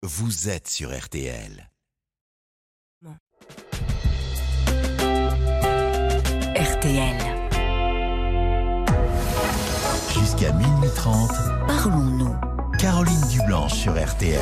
vous êtes sur RTL. RTL. Jusqu'à minuit 30, Parlons-nous. Caroline Dublanche sur RTL.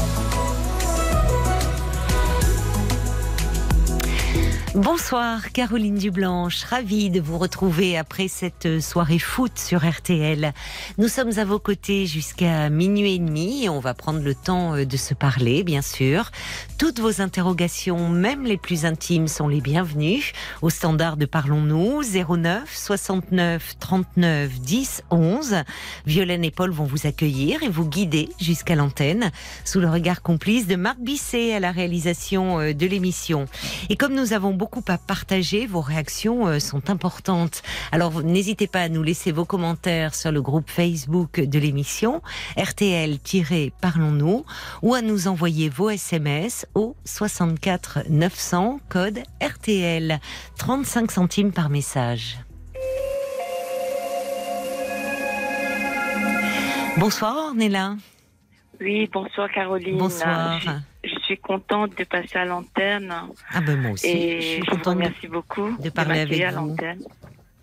Bonsoir Caroline Dublanche, ravie de vous retrouver après cette soirée foot sur RTL. Nous sommes à vos côtés jusqu'à minuit et demi et on va prendre le temps de se parler, bien sûr. Toutes vos interrogations, même les plus intimes, sont les bienvenues. Au standard de Parlons-nous, 09 69 39 10 11. Violaine et Paul vont vous accueillir et vous guider jusqu'à l'antenne sous le regard complice de Marc Bisset à la réalisation de l'émission. Et comme nous avons beaucoup à partager, vos réactions sont importantes. Alors n'hésitez pas à nous laisser vos commentaires sur le groupe Facebook de l'émission RTL-Parlons-nous ou à nous envoyer vos SMS au 64 900 code RTL, 35 centimes par message. Bonsoir Ornella. Oui, bonsoir Caroline. Bonsoir. Je suis contente de passer à l'antenne. Ah ben moi aussi. Et je suis je vous contente remercie beaucoup de parler avec à vous. l'antenne. Comment ?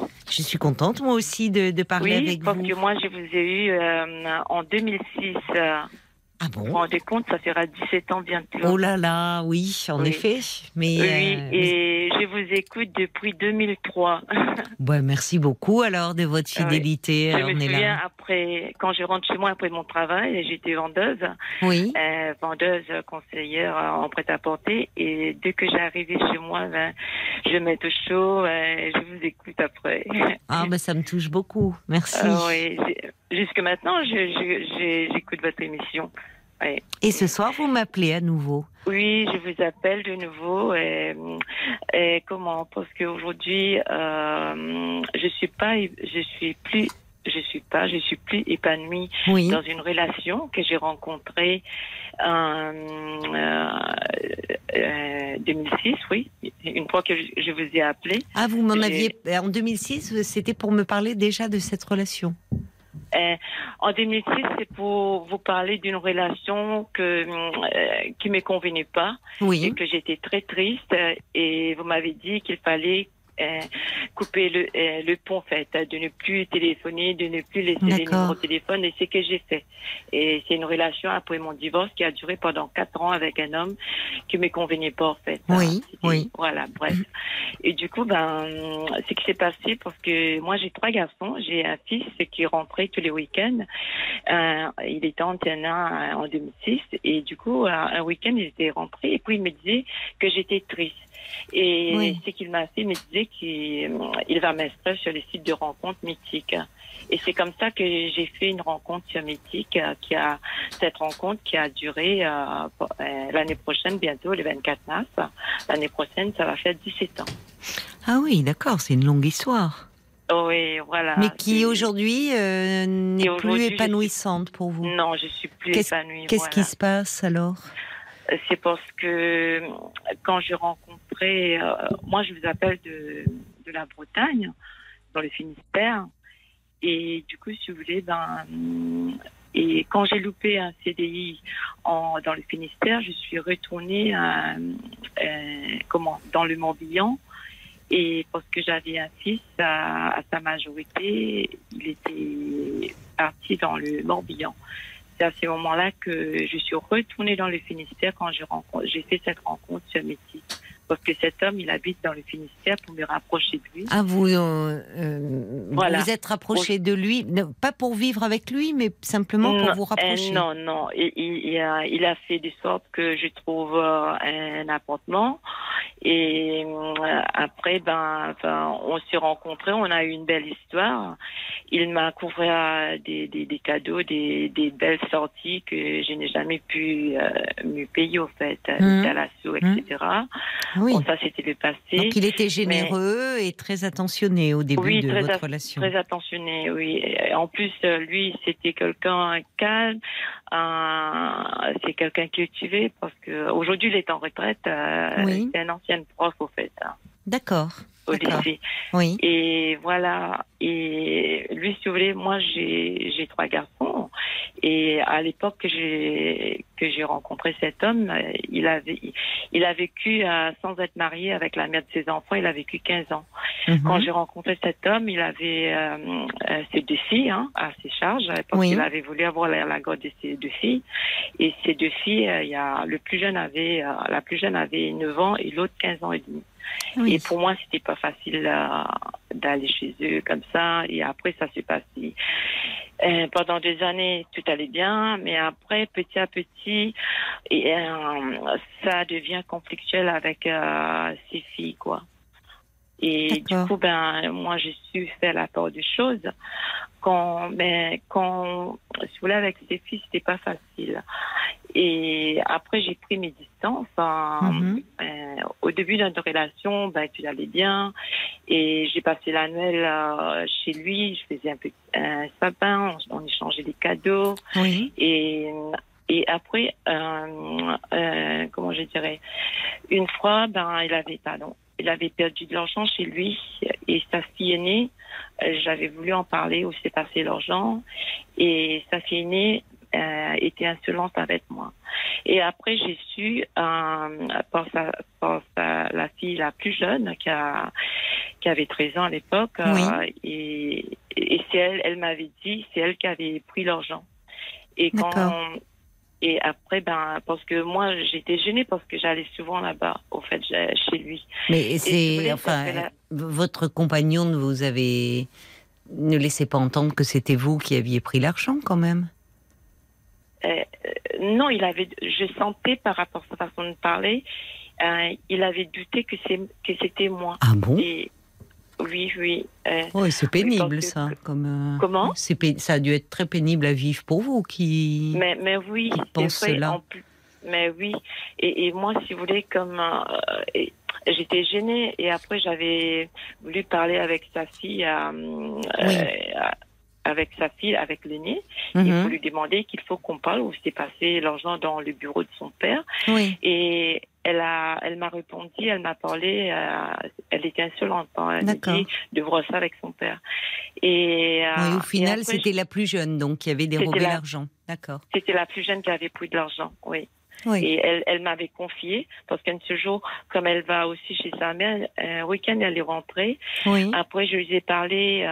Je suis contente moi aussi de parler avec vous. Oui, parce que moi je vous ai eu en 2006. Ah bon ? Vous vous rendez compte, ça fera 17 ans bientôt. Oh là là, oui, en effet. Mais oui, et je vous écoute depuis 2003. Ouais, merci beaucoup alors de votre fidélité. Je me souviens après, quand je rentre chez moi après mon travail, j'étais vendeuse. Oui. Vendeuse, conseillère en prêt-à-porter. Et dès que j'arrivais chez moi, je mets au chaud, je vous écoute après. Ah ben ça me touche beaucoup, merci. Oui, jusque maintenant, j'écoute votre émission. Ouais. Et ce soir, vous m'appelez à nouveau. Oui, je vous appelle de nouveau. Comment ? Parce qu'aujourd'hui, je suis plus épanouie dans une relation que j'ai rencontrée en 2006, oui. Une fois que je vous ai appelé. Ah, vous m'en aviez... En 2006, c'était pour me parler déjà de cette relation. En 2006, c'est pour vous parler d'une relation qui me convenait pas, et que j'étais très triste. Et vous m'avez dit qu'il fallait couper le pont, en fait, de ne plus téléphoner, de ne plus laisser les numéros de téléphone, et c'est ce que j'ai fait. Et c'est une relation après mon divorce qui a duré pendant 4 ans avec un homme qui me convenait pas, en fait. Oui. Voilà, bref. Et du coup, ce qui s'est passé, parce que moi j'ai 3 garçons, j'ai un fils qui rentrait tous les week-ends. Il était en TNA en 2006, et du coup, un week-end, il était rentré, et puis il me disait que j'étais triste. Et ce qu'il m'a fait, il me disait qu'il va m'inscrire sur les sites de rencontres mythiques. Et c'est comme ça que j'ai fait une rencontre sur Mythique, cette rencontre qui a duré l'année prochaine, bientôt, le 24 mars. L'année prochaine, ça va faire 17 ans. Ah oui, d'accord, c'est une longue histoire. Oui, voilà. Mais qui aujourd'hui n'est plus épanouissante pour vous. Non, je suis plus épanouie. Qu'est-ce qui se passe alors ? C'est parce que quand je rencontrais... moi, je vous appelle de la Bretagne, dans le Finistère. Et du coup, si vous voulez, et quand j'ai loupé un CDI dans le Finistère, je suis retournée dans le Morbihan. Et parce que j'avais un fils à sa majorité, il était parti dans le Morbihan. C'est à ce moment-là que je suis retournée dans le Finistère quand j'ai fait cette rencontre sur Mythique. Parce que cet homme, il habite dans le Finistère pour me rapprocher de lui. Ah, vous vous êtes rapproché de lui, pas pour vivre avec lui, mais simplement pour vous rapprocher. Non. Il a fait de sorte que je trouve un appartement. Et après, on s'est rencontrés, on a eu une belle histoire. Il m'a couvert des cadeaux, des belles sorties que je n'ai jamais pu me payer, au fait, les Thalasso, etc. Oui. Bon, ça, c'était le passé. Donc, il était généreux et très attentionné au début de votre relation. Oui, très attentionné, oui. Et en plus, lui, c'était quelqu'un calme. C'est quelqu'un cultivé, parce qu'aujourd'hui, il est en retraite. C'est un ancien prof, au fait. D'accord. Au lycée. Oui. Et voilà. Et lui, si vous voulez, moi, j'ai 3 garçons. Et à l'époque que que j'ai rencontré cet homme, il a vécu sans être marié avec la mère de ses enfants, il a vécu 15 ans. Quand j'ai rencontré cet homme, il avait ses 2 filles à ses charges. À l'époque, il avait voulu avoir la garde de ses 2 filles. Et ces 2 filles, la plus jeune avait 9 ans et l'autre 15 ans et demi. Et pour moi, c'était pas facile d'aller chez eux comme ça. Et après, ça s'est passé. Pendant des années, tout allait bien, mais après, petit à petit, ça devient conflictuel avec ses filles, quoi. Et du coup, moi, j'ai su faire la part des choses. Quand, si vous voulez, avec ses filles, c'était pas facile. Et après, j'ai pris mes distances. Au début de notre relation, tout allait bien. Et j'ai passé la Noël chez lui. Je faisais un sapin. On échangeait des cadeaux. Oui. Et après, comment je dirais, une fois, il avait perdu de l'argent chez lui et sa fille aînée, j'avais voulu en parler où s'est passé l'argent et sa fille aînée était insolente avec moi. Et après, j'ai su, par la fille la plus jeune qui avait 13 ans à l'époque, et c'est elle m'avait dit, c'est elle qui avait pris l'argent. Et après, parce que moi, j'étais gênée parce que j'allais souvent là-bas, au fait, chez lui. Mais votre compagnon ne laissait pas entendre que c'était vous qui aviez pris l'argent, quand même. Non, je sentais par rapport à sa façon de parler, il avait douté que c'était moi. Ah bon? Oui. C'est pénible, ça. Comment? Ça a dû être très pénible à vivre pour vous qui. Mais oui. Qui pense cela. Mais oui. Et moi, si vous voulez, j'étais gênée et après j'avais voulu parler avec sa fille. Avec l'aîné, et pour lui demander qu'il faut qu'on parle où s'est passé l'argent dans le bureau de son père. Oui. Et elle m'a répondu, elle m'a parlé, elle était insolente. Elle m'a dit de voir ça avec son père. Et au final, après, c'était la plus jeune donc qui avait dérobé l'argent. D'accord. C'était la plus jeune qui avait pris de l'argent, oui. Et elle m'avait confié, parce qu'un de ce jour, comme elle va aussi chez sa mère, un week-end, elle est rentrée. Oui. Après, je lui ai parlé,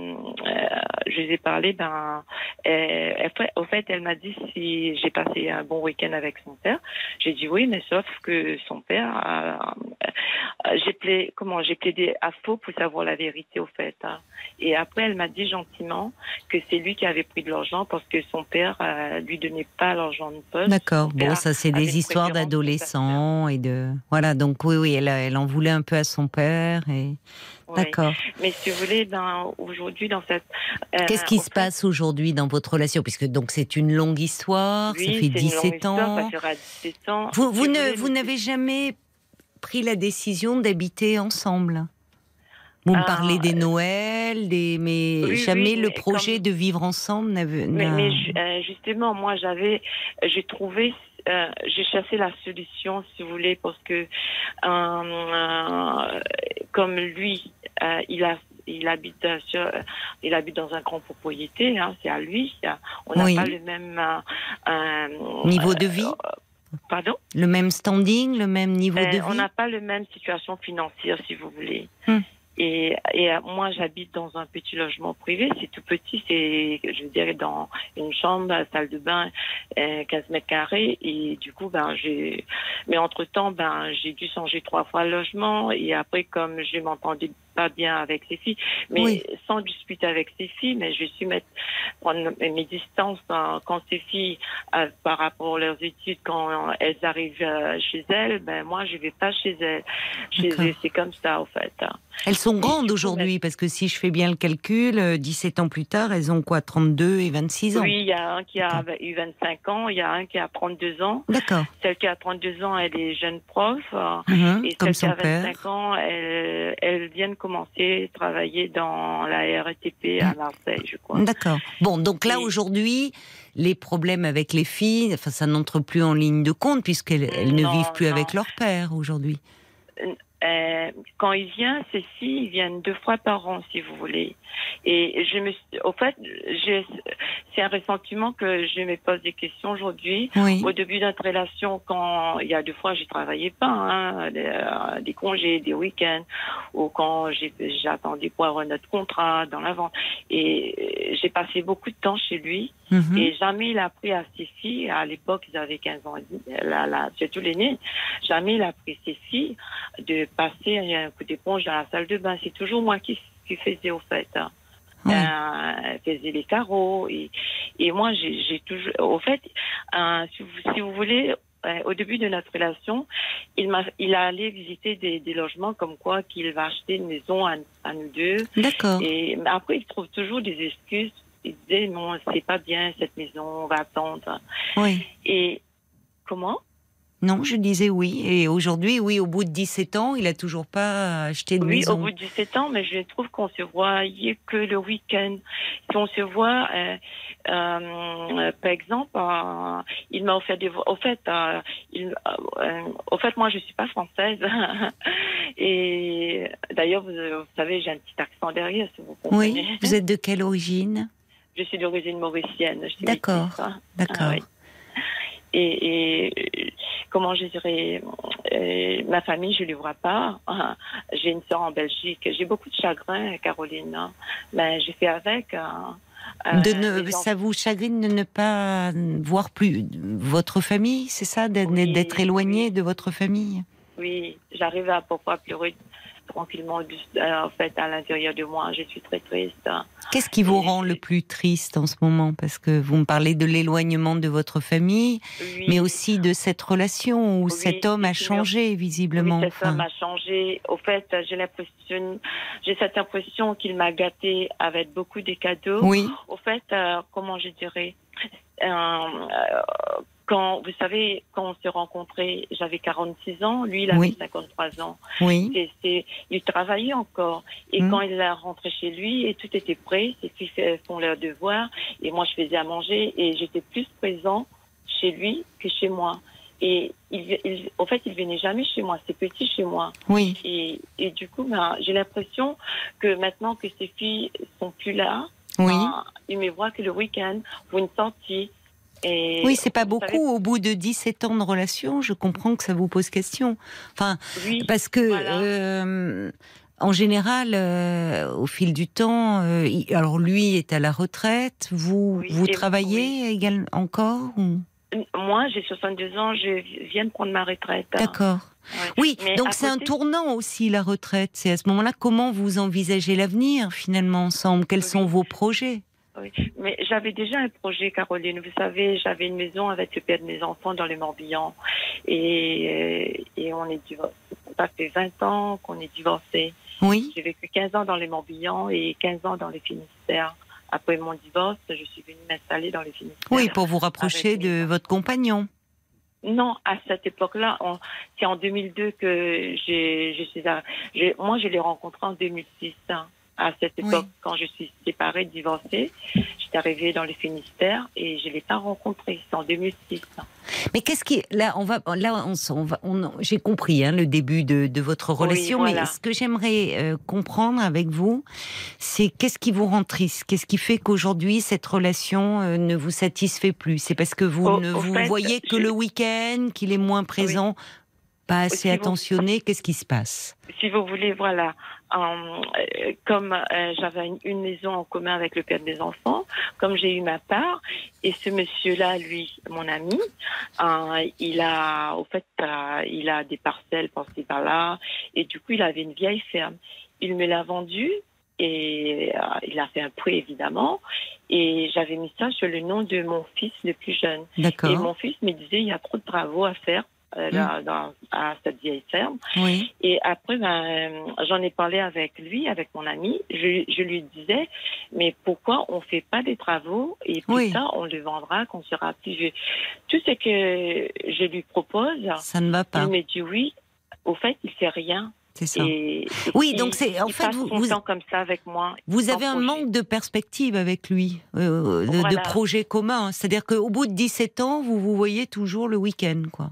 au fait, elle m'a dit si j'ai passé un bon week-end avec son père. J'ai dit oui, mais sauf que son père, j'ai plaidé à faux pour savoir la vérité, au fait. Et après, elle m'a dit gentiment que c'est lui qui avait pris de l'argent parce que son père lui donnait pas l'argent de poste. D'accord. Bon, ça c'est des histoires d'adolescents et de voilà. Donc oui, elle en voulait un peu à son père et. Oui. D'accord. Mais si vous voulez, aujourd'hui dans cette. Qu'est-ce qui se passe aujourd'hui dans votre relation? Puisque donc c'est une longue histoire, ça fait 17 ans. Ça fera 17 ans. Vous n'avez jamais pris la décision d'habiter ensemble? Vous me parlez des Noëls, mais jamais le projet de vivre ensemble n'avait. Mais justement, moi j'ai trouvé. J'ai chassé la solution, si vous voulez, parce que comme lui, il habite dans un grand propriété, c'est à lui. On n'a pas le même niveau de vie. Pardon? Le même standing, le même niveau de vie. On n'a pas la même situation financière, si vous voulez. Et moi, j'habite dans un petit logement privé. C'est tout petit. C'est, je veux dire, dans une chambre, salle de bain, 15 mètres carrés. Et du coup, mais entre-temps, j'ai dû changer 3 fois le logement. Et après, comme je m'entendais pas bien avec ses filles, mais sans disputer avec ses filles, mais je suis prendre mes distances quand ces filles, par rapport à leurs études, quand elles arrivent chez elles, moi, je vais pas chez elles. Chez eux, c'est comme ça, en fait. Elles sont grandes aujourd'hui, parce que si je fais bien le calcul, 17 ans plus tard, elles ont quoi, 32 et 26 ans? Oui, il y a un qui a eu 25 ans, il y a un qui a 32 ans. D'accord. Celle qui a 32 ans, elle est jeune prof. Et comme celle son qui a 25 ans, elle vient de commencer à travailler dans la RATP à Marseille, je crois. D'accord. Bon, donc là, aujourd'hui, les problèmes avec les filles, ça n'entre plus en ligne de compte, puisqu'elles ne vivent plus avec leur père aujourd'hui. quand il vient, ils viennent 2 fois par an, si vous voulez. Et au fait, c'est un ressentiment que je me pose des questions aujourd'hui. Oui. Au début de notre relation, quand il y a 2 fois, j'y travaillais pas, des congés, des week-ends, ou quand j'attendais pour avoir notre contrat dans la vente. Et j'ai passé beaucoup de temps chez lui. Et jamais il a pris à ses filles, à l'époque ils avaient 15 ans, surtout l'aîné, jamais il a pris ses filles de passer un coup d'éponge dans la salle de bain. C'est toujours moi qui faisais au fait. Oui. Faisais les carreaux et moi j'ai toujours, au fait, si vous voulez, au début de notre relation, il a allé visiter des logements comme quoi qu'il va acheter une maison à nous deux. D'accord. Et après il trouve toujours des excuses. Il disait non, c'est pas bien cette maison, on va attendre. Oui. Et comment? Non, je disais oui. Et aujourd'hui, oui, au bout de 17 ans, il a toujours pas acheté de maison. Oui, au bout de 17 ans, mais je trouve qu'on se voyait que le week-end. Si on se voit, par exemple, il m'a offert des... Au fait, moi, je suis pas française. Et d'ailleurs, vous savez, j'ai un petit accent derrière, si vous comprenez. Oui. Vous êtes de quelle origine? Je suis d'origine mauricienne. D'accord. D'accord. Ah, oui. Et comment je dirais, ma famille, je ne les vois pas. J'ai une sœur en Belgique. J'ai beaucoup de chagrin, Caroline. Mais j'ai fait avec. Ça vous chagrine de ne pas voir plus votre famille, c'est ça, d'être éloigné de votre famille? Oui, j'arrive à pouvoir pleurer tranquillement, en fait, à l'intérieur de moi. Je suis très triste. Qu'est-ce qui vous rend le plus triste en ce moment? Parce que vous me parlez de l'éloignement de votre famille, oui, mais aussi de cette relation où oui, cet homme a changé, visiblement. Oui, cet homme a changé. Au fait, j'ai cette impression qu'il m'a gâtée avec beaucoup de cadeaux. Oui. Au fait, comment je dirais, quand, vous savez, quand on s'est rencontrés, j'avais 46 ans, lui, il avait oui. 53 ans. Oui. Il travaillait encore. Et quand il est rentré chez lui, et tout était prêt, ses filles font leurs devoirs, et moi, je faisais à manger, et j'étais plus présent chez lui que chez moi. Et au fait, il venait jamais chez moi, c'est petit chez moi. Oui. Et du coup, j'ai l'impression que maintenant que ses filles sont plus là, oui. Il me voit que le week-end, pour une sortie. Et oui, c'est pas beaucoup. Au bout de 17 ans de relation, je comprends que ça vous pose question. Enfin, oui, parce que voilà. En général, au fil du temps, alors lui est à la retraite. Vous travaillez également encore ou... Moi, j'ai 62 ans. Je viens de prendre ma retraite. D'accord. Ouais. Oui, mais donc c'est un tournant aussi, la retraite. C'est à ce moment-là, comment vous envisagez l'avenir, finalement, ensemble? Quels sont vos projets? Oui, mais j'avais déjà un projet, Caroline. Vous savez, j'avais une maison avec le père de mes enfants dans le Morbihan. Et on est divorcés. Ça fait 20 ans qu'on est divorcés. Oui. J'ai vécu 15 ans dans le Morbihan et 15 ans dans le Finistère. Après mon divorce, je suis venue m'installer dans le Finistère. Oui, pour vous rapprocher de votre compagnon. Non, à cette époque-là, c'est en 2002 que moi, je l'ai rencontré en 2006. À cette époque, quand je suis séparée, divorcée, j'étais arrivée dans le Finistère et je ne l'ai pas rencontré. C'est en 2006. Mais qu'est-ce qui... j'ai compris le début de votre relation, oui, voilà. Mais ce que j'aimerais comprendre avec vous, c'est qu'est-ce qui vous rend triste? Qu'est-ce qui fait qu'aujourd'hui, cette relation ne vous satisfait plus? C'est parce que vous ne vous voyez que le week-end, qu'il est moins présent, pas assez attentionné? Qu'est-ce qui se passe? Si vous voulez, voilà. Comme j'avais une maison en commun avec le père des enfants, comme j'ai eu ma part, et ce monsieur-là, lui, mon ami, il a des parcelles par-ci par-là, et du coup, il avait une vieille ferme. Il me l'a vendue, et il a fait un prix, évidemment, et j'avais mis ça sur le nom de mon fils le plus jeune. D'accord. Et mon fils me disait, il y a trop de travaux à faire. À cette vieille ferme. Oui. Et après, j'en ai parlé avec lui, avec mon ami. Je lui disais, mais pourquoi on fait pas des travaux et plus tard on le vendra quand on sera plus vieux. Tout ce que je lui propose, ça ne va pas. Il me dit oui. Au fait, il fait rien. C'est ça. Oui, donc c'est en fait vous comme ça avec moi. Vous avez un manque de perspective avec lui, de projet commun. C'est-à-dire qu'au bout de 17 ans, vous vous voyez toujours le week-end, quoi.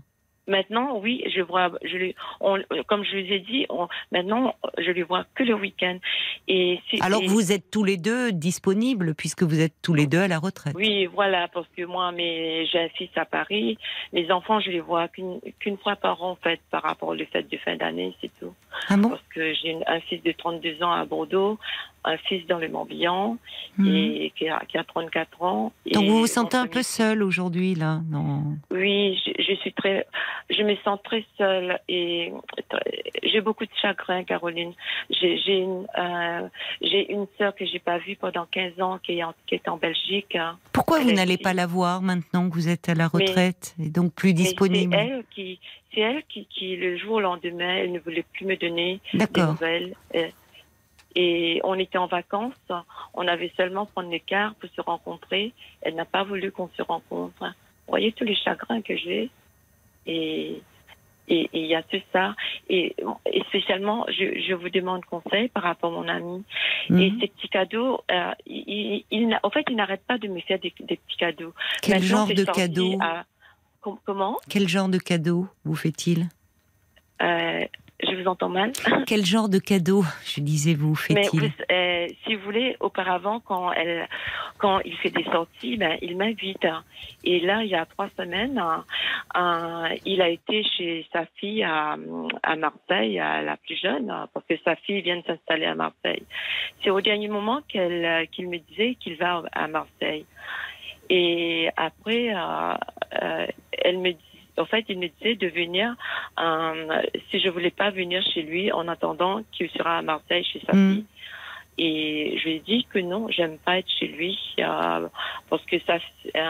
Maintenant, oui, comme je vous ai dit, maintenant, je les vois que le week-end. Alors vous êtes tous les deux disponibles puisque vous êtes tous les deux à la retraite. Oui, voilà, parce que moi, j'ai un fils à Paris. Les enfants, je les vois qu'une fois par an, en fait, par rapport aux fêtes de fin d'année, c'est tout. Ah bon? Parce que j'ai un fils de 32 ans à Bordeaux, un fils dans le Morbihan et qui a 34 ans. Donc vous vous sentez un peu seule aujourd'hui, là? Non. Oui, je me sens très seule et j'ai beaucoup de chagrin, Caroline. J'ai une sœur que j'ai pas vue pendant 15 ans qui est en Belgique. Pourquoi vous n'allez pas la voir maintenant que vous êtes à la retraite et donc plus disponible? C'est elle qui, le jour au lendemain, elle ne voulait plus me donner des nouvelles. Et on était en vacances, on avait seulement prendre le car pour se rencontrer. Elle n'a pas voulu qu'on se rencontre. Vous voyez tous les chagrins que j'ai. Et il y a tout ça. Et spécialement, je vous demande conseil par rapport à mon ami. Et ces petits cadeaux, en fait, il n'arrête pas de me faire des petits cadeaux. Quel genre de cadeaux? Comment? Quel genre de cadeaux vous fait-il? Je vous entends mal. Quel genre de cadeau, je disais, vous fait-il? Mais si vous voulez, auparavant, quand il fait des sorties, il m'invite. Et là, il y a 3 semaines, il a été chez sa fille à Marseille, la plus jeune, parce que sa fille vient de s'installer à Marseille. C'est au dernier moment qu'il me disait qu'il va à Marseille. Et après, il me disait de venir, si je voulais pas venir chez lui, en attendant qu'il sera à Marseille chez sa fille. Et je lui ai dit que non, j'aime pas être chez lui, parce que ça...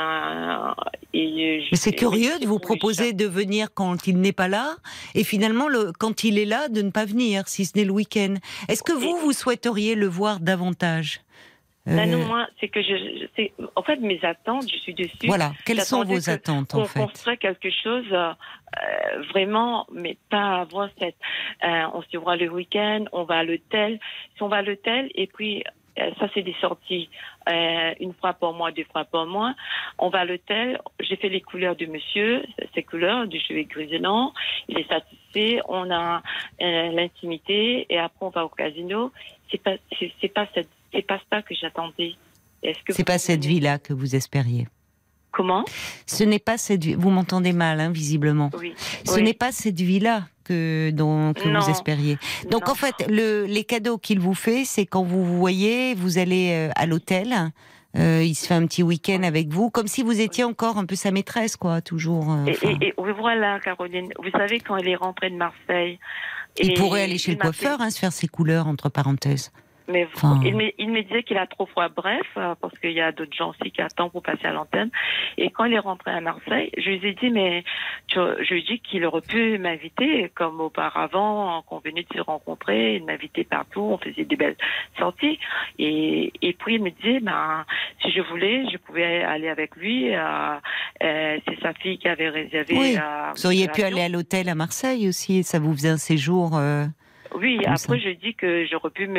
Mais c'est curieux de vous proposer de venir quand il n'est pas là, et finalement, quand il est là, de ne pas venir, si ce n'est le week-end. Est-ce que vous souhaiteriez le voir davantage? Non, moi, c'est que en fait, mes attentes, je suis dessus. Voilà. Quelles sont vos attentes, en fait? On construit quelque chose, vraiment, mais pas avoir on se voit le week-end, on va à l'hôtel. Si on va à l'hôtel, et puis, ça, c'est des sorties, 1 fois par mois, 2 fois par mois. On va à l'hôtel, j'ai fait les couleurs de monsieur, ses couleurs, du cheveu grisonnant. Il est satisfait, on a l'intimité, et après, on va au casino. C'est pas ça que j'attendais. C'est pas cette vie-là que vous espériez? Comment? Ce n'est pas cette vie. Vous m'entendez mal, hein, visiblement. Oui. Ce n'est pas cette vie-là que vous espériez. Donc en fait, les cadeaux qu'il vous fait, c'est quand vous voyez, vous allez à l'hôtel. Il se fait un petit week-end avec vous, comme si vous étiez encore un peu sa maîtresse, quoi, toujours. Et voilà, Caroline. Vous savez, quand il est rentré de Marseille, il pourrait aller chez le coiffeur, se faire ses couleurs, entre parenthèses. Mais il me disait qu'il a trop froid, parce qu'il y a d'autres gens aussi qui attendent pour passer à l'antenne. Et quand il est rentré à Marseille, je lui ai dit, je lui ai dit qu'il aurait pu m'inviter, comme auparavant, qu'on venait de se rencontrer, il m'invitait partout, on faisait des belles sorties. Et puis il me disait, si je voulais, je pouvais aller avec lui, c'est sa fille qui avait réservé. Oui, vous auriez pu aller à l'hôtel à Marseille aussi, ça vous faisait un séjour... Oui, après je dis que j'aurais pu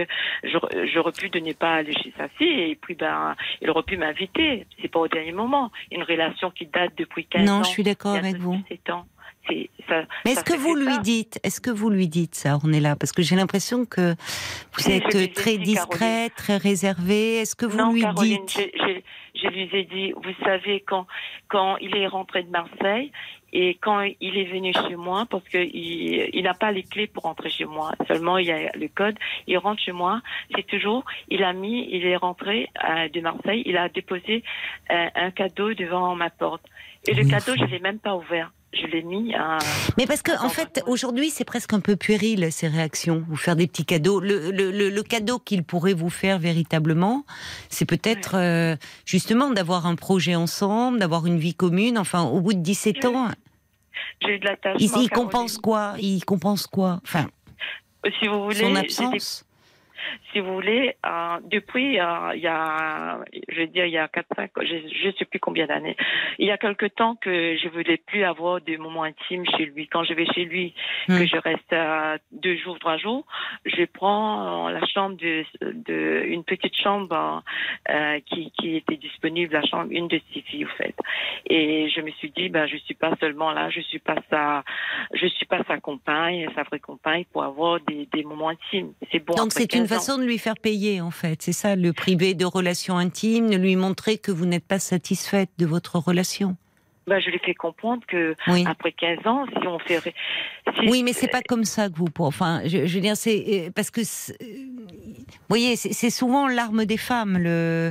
de ne pas aller chez sa fille, et puis il aurait pu m'inviter. C'est pas au dernier moment. Une relation qui date depuis 15 ans. Non, je suis d'accord avec vous. 17 ans. Mais est-ce que vous lui dites ça, Ornella? Parce que j'ai l'impression que vous êtes très discrète, très réservée. Est-ce que vous lui dites? Je lui ai dit, vous savez, quand il est rentré de Marseille, et quand il est venu chez moi, parce que il n'a pas les clés pour rentrer chez moi, seulement il y a le code, il rentre chez moi, c'est toujours, il est rentré de Marseille, il a déposé un cadeau devant ma porte. Et le cadeau, je l'ai même pas ouvert. Je l'ai mis à... Mais parce que, en fait, aujourd'hui, c'est presque un peu puéril, ces réactions. Vous faire des petits cadeaux. Le cadeau qu'il pourrait vous faire véritablement, c'est peut-être, justement, d'avoir un projet ensemble, d'avoir une vie commune. Enfin, au bout de 17 ans... J'ai eu de l'attachement. Il compense quoi? Enfin, si vous voulez, son absence. si vous voulez, depuis, il y a, je veux dire, il y a 4-5, je sais plus combien d'années, il y a quelque temps que je voulais plus avoir de moments intimes chez lui. Quand je vais chez lui, que je reste 2 jours, 3 jours, je prends la chambre une petite chambre qui était disponible, la chambre, une de ses filles, au fait. Et je me suis dit, je suis pas seulement là, je suis pas sa compagne, sa vraie compagne, pour avoir des moments intimes. C'est bon. Donc c'est une façon de lui faire payer, en fait. C'est ça, le priver de relations intimes, de lui montrer que vous n'êtes pas satisfaite de votre relation. Je lui fais comprendre que après 15 ans, si on fait... Oui, mais c'est pas comme ça que vous... Enfin, je veux dire, c'est... Parce que... Vous voyez, c'est souvent l'arme des femmes, le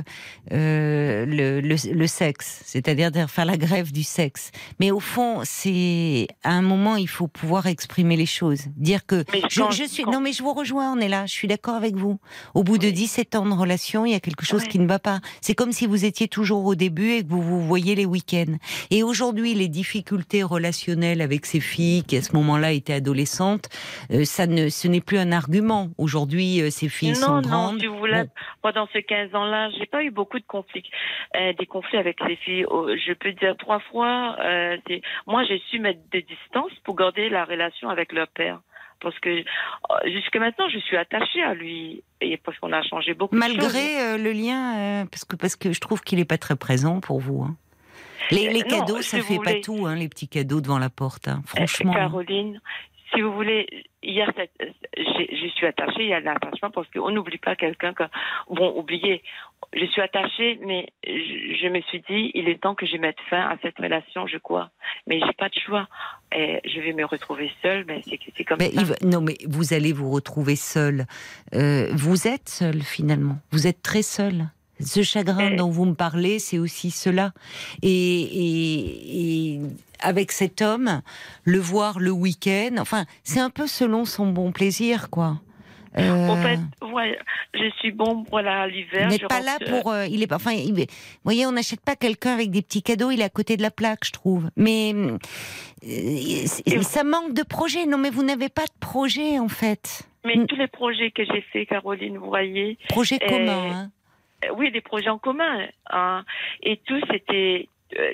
sexe. C'est-à-dire de faire la grève du sexe. Mais au fond, c'est... À un moment, il faut pouvoir exprimer les choses. Dire que... Non, mais je vous rejoins, on est là. Je suis d'accord avec vous. Au bout de 17 ans de relation, il y a quelque chose qui ne va pas. C'est comme si vous étiez toujours au début et que vous vous voyez les week-ends. Et aujourd'hui, les difficultés relationnelles avec ces filles qui, à ce moment-là, étaient adolescentes, ce n'est plus un argument. Aujourd'hui, ces filles sont grandes. Non, si vous voulez, pendant ces 15 ans-là, j'ai pas eu beaucoup de conflits. Des conflits avec ces filles. Je peux dire 3 fois. Moi, j'ai su mettre des distances pour garder la relation avec leur père. Parce que jusqu'à maintenant, je suis attachée à lui. Et parce qu'on a changé beaucoup de choses. Malgré le lien, parce que je trouve qu'il n'est pas très présent pour vous. Hein. Les cadeaux, ça fait pas tout, hein, les petits cadeaux devant la porte. Hein, franchement. Caroline, si vous voulez, je suis attachée, il y a de l'attachement parce qu'on n'oublie pas quelqu'un que... Bon, oubliez, je suis attachée, mais je me suis dit, il est temps que je mette fin à cette relation, je crois. Mais j'ai pas de choix. Et je vais me retrouver seule, mais c'est comme ça. Non, mais vous allez vous retrouver seule. Vous êtes seule, finalement. Vous êtes très seule. Ce chagrin dont vous me parlez, c'est aussi cela. Et avec cet homme, le voir le week-end, enfin, c'est un peu selon son bon plaisir, quoi. En fait, je suis bon, l'hiver. Vous n'êtes pas là pour... vous voyez, on n'achète pas quelqu'un avec des petits cadeaux, il est à côté de la plaque, je trouve. Mais ça manque de projet. Non, mais vous n'avez pas de projet, en fait. Mais tous les projets que j'ai faits, Caroline, vous voyez... Projets communs, hein. Oui, des projets en commun. Hein. Et tout, c'était...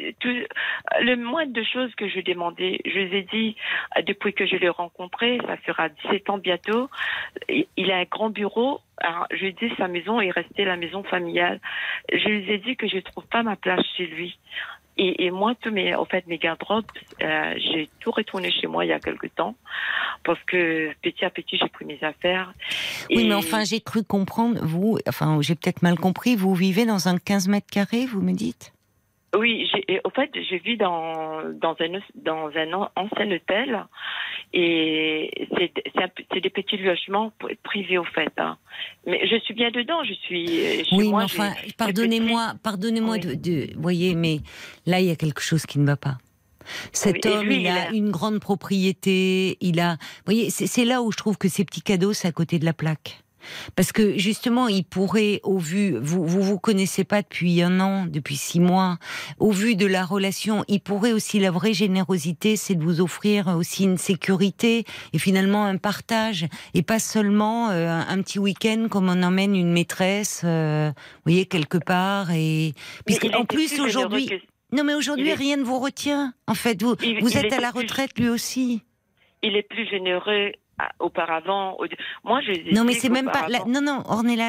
le moindre de choses que je demandais, je lui ai dit, depuis que je l'ai rencontré, ça fera 17 ans bientôt, il a un grand bureau. Alors, je lui ai dit, sa maison est restée la maison familiale. Je lui ai dit que je ne trouve pas ma place chez lui. Et moi, mes garde-robes, j'ai tout retourné chez moi il y a quelque temps, parce que petit à petit, j'ai pris mes affaires. Oui, mais enfin, j'ai cru comprendre, j'ai peut-être mal compris, vous vivez dans un 15 mètres carrés, vous me dites ? Oui, je vis dans un ancien hôtel et c'est des petits logements privés au fait. Hein. Mais je suis bien dedans, je suis chez moi. Mais enfin, pardonnez-moi de voyez, mais là il y a quelque chose qui ne va pas. Cet homme, il a une grande propriété, vous voyez, c'est là où je trouve que ces petits cadeaux, c'est à côté de la plaque. Parce que justement, il pourrait, au vu, vous connaissez pas depuis 1 an, depuis 6 mois, au vu de la relation, il pourrait aussi, la vraie générosité, c'est de vous offrir aussi une sécurité et finalement un partage, et pas seulement un petit week-end comme on emmène une maîtresse, vous voyez, quelque part. Et puisque en plus aujourd'hui, non mais aujourd'hui rien ne vous retient. En fait, vous êtes à la retraite lui aussi. Il est plus généreux. Auparavant, moi je. Non, mais c'est même pas. Non, Ornella,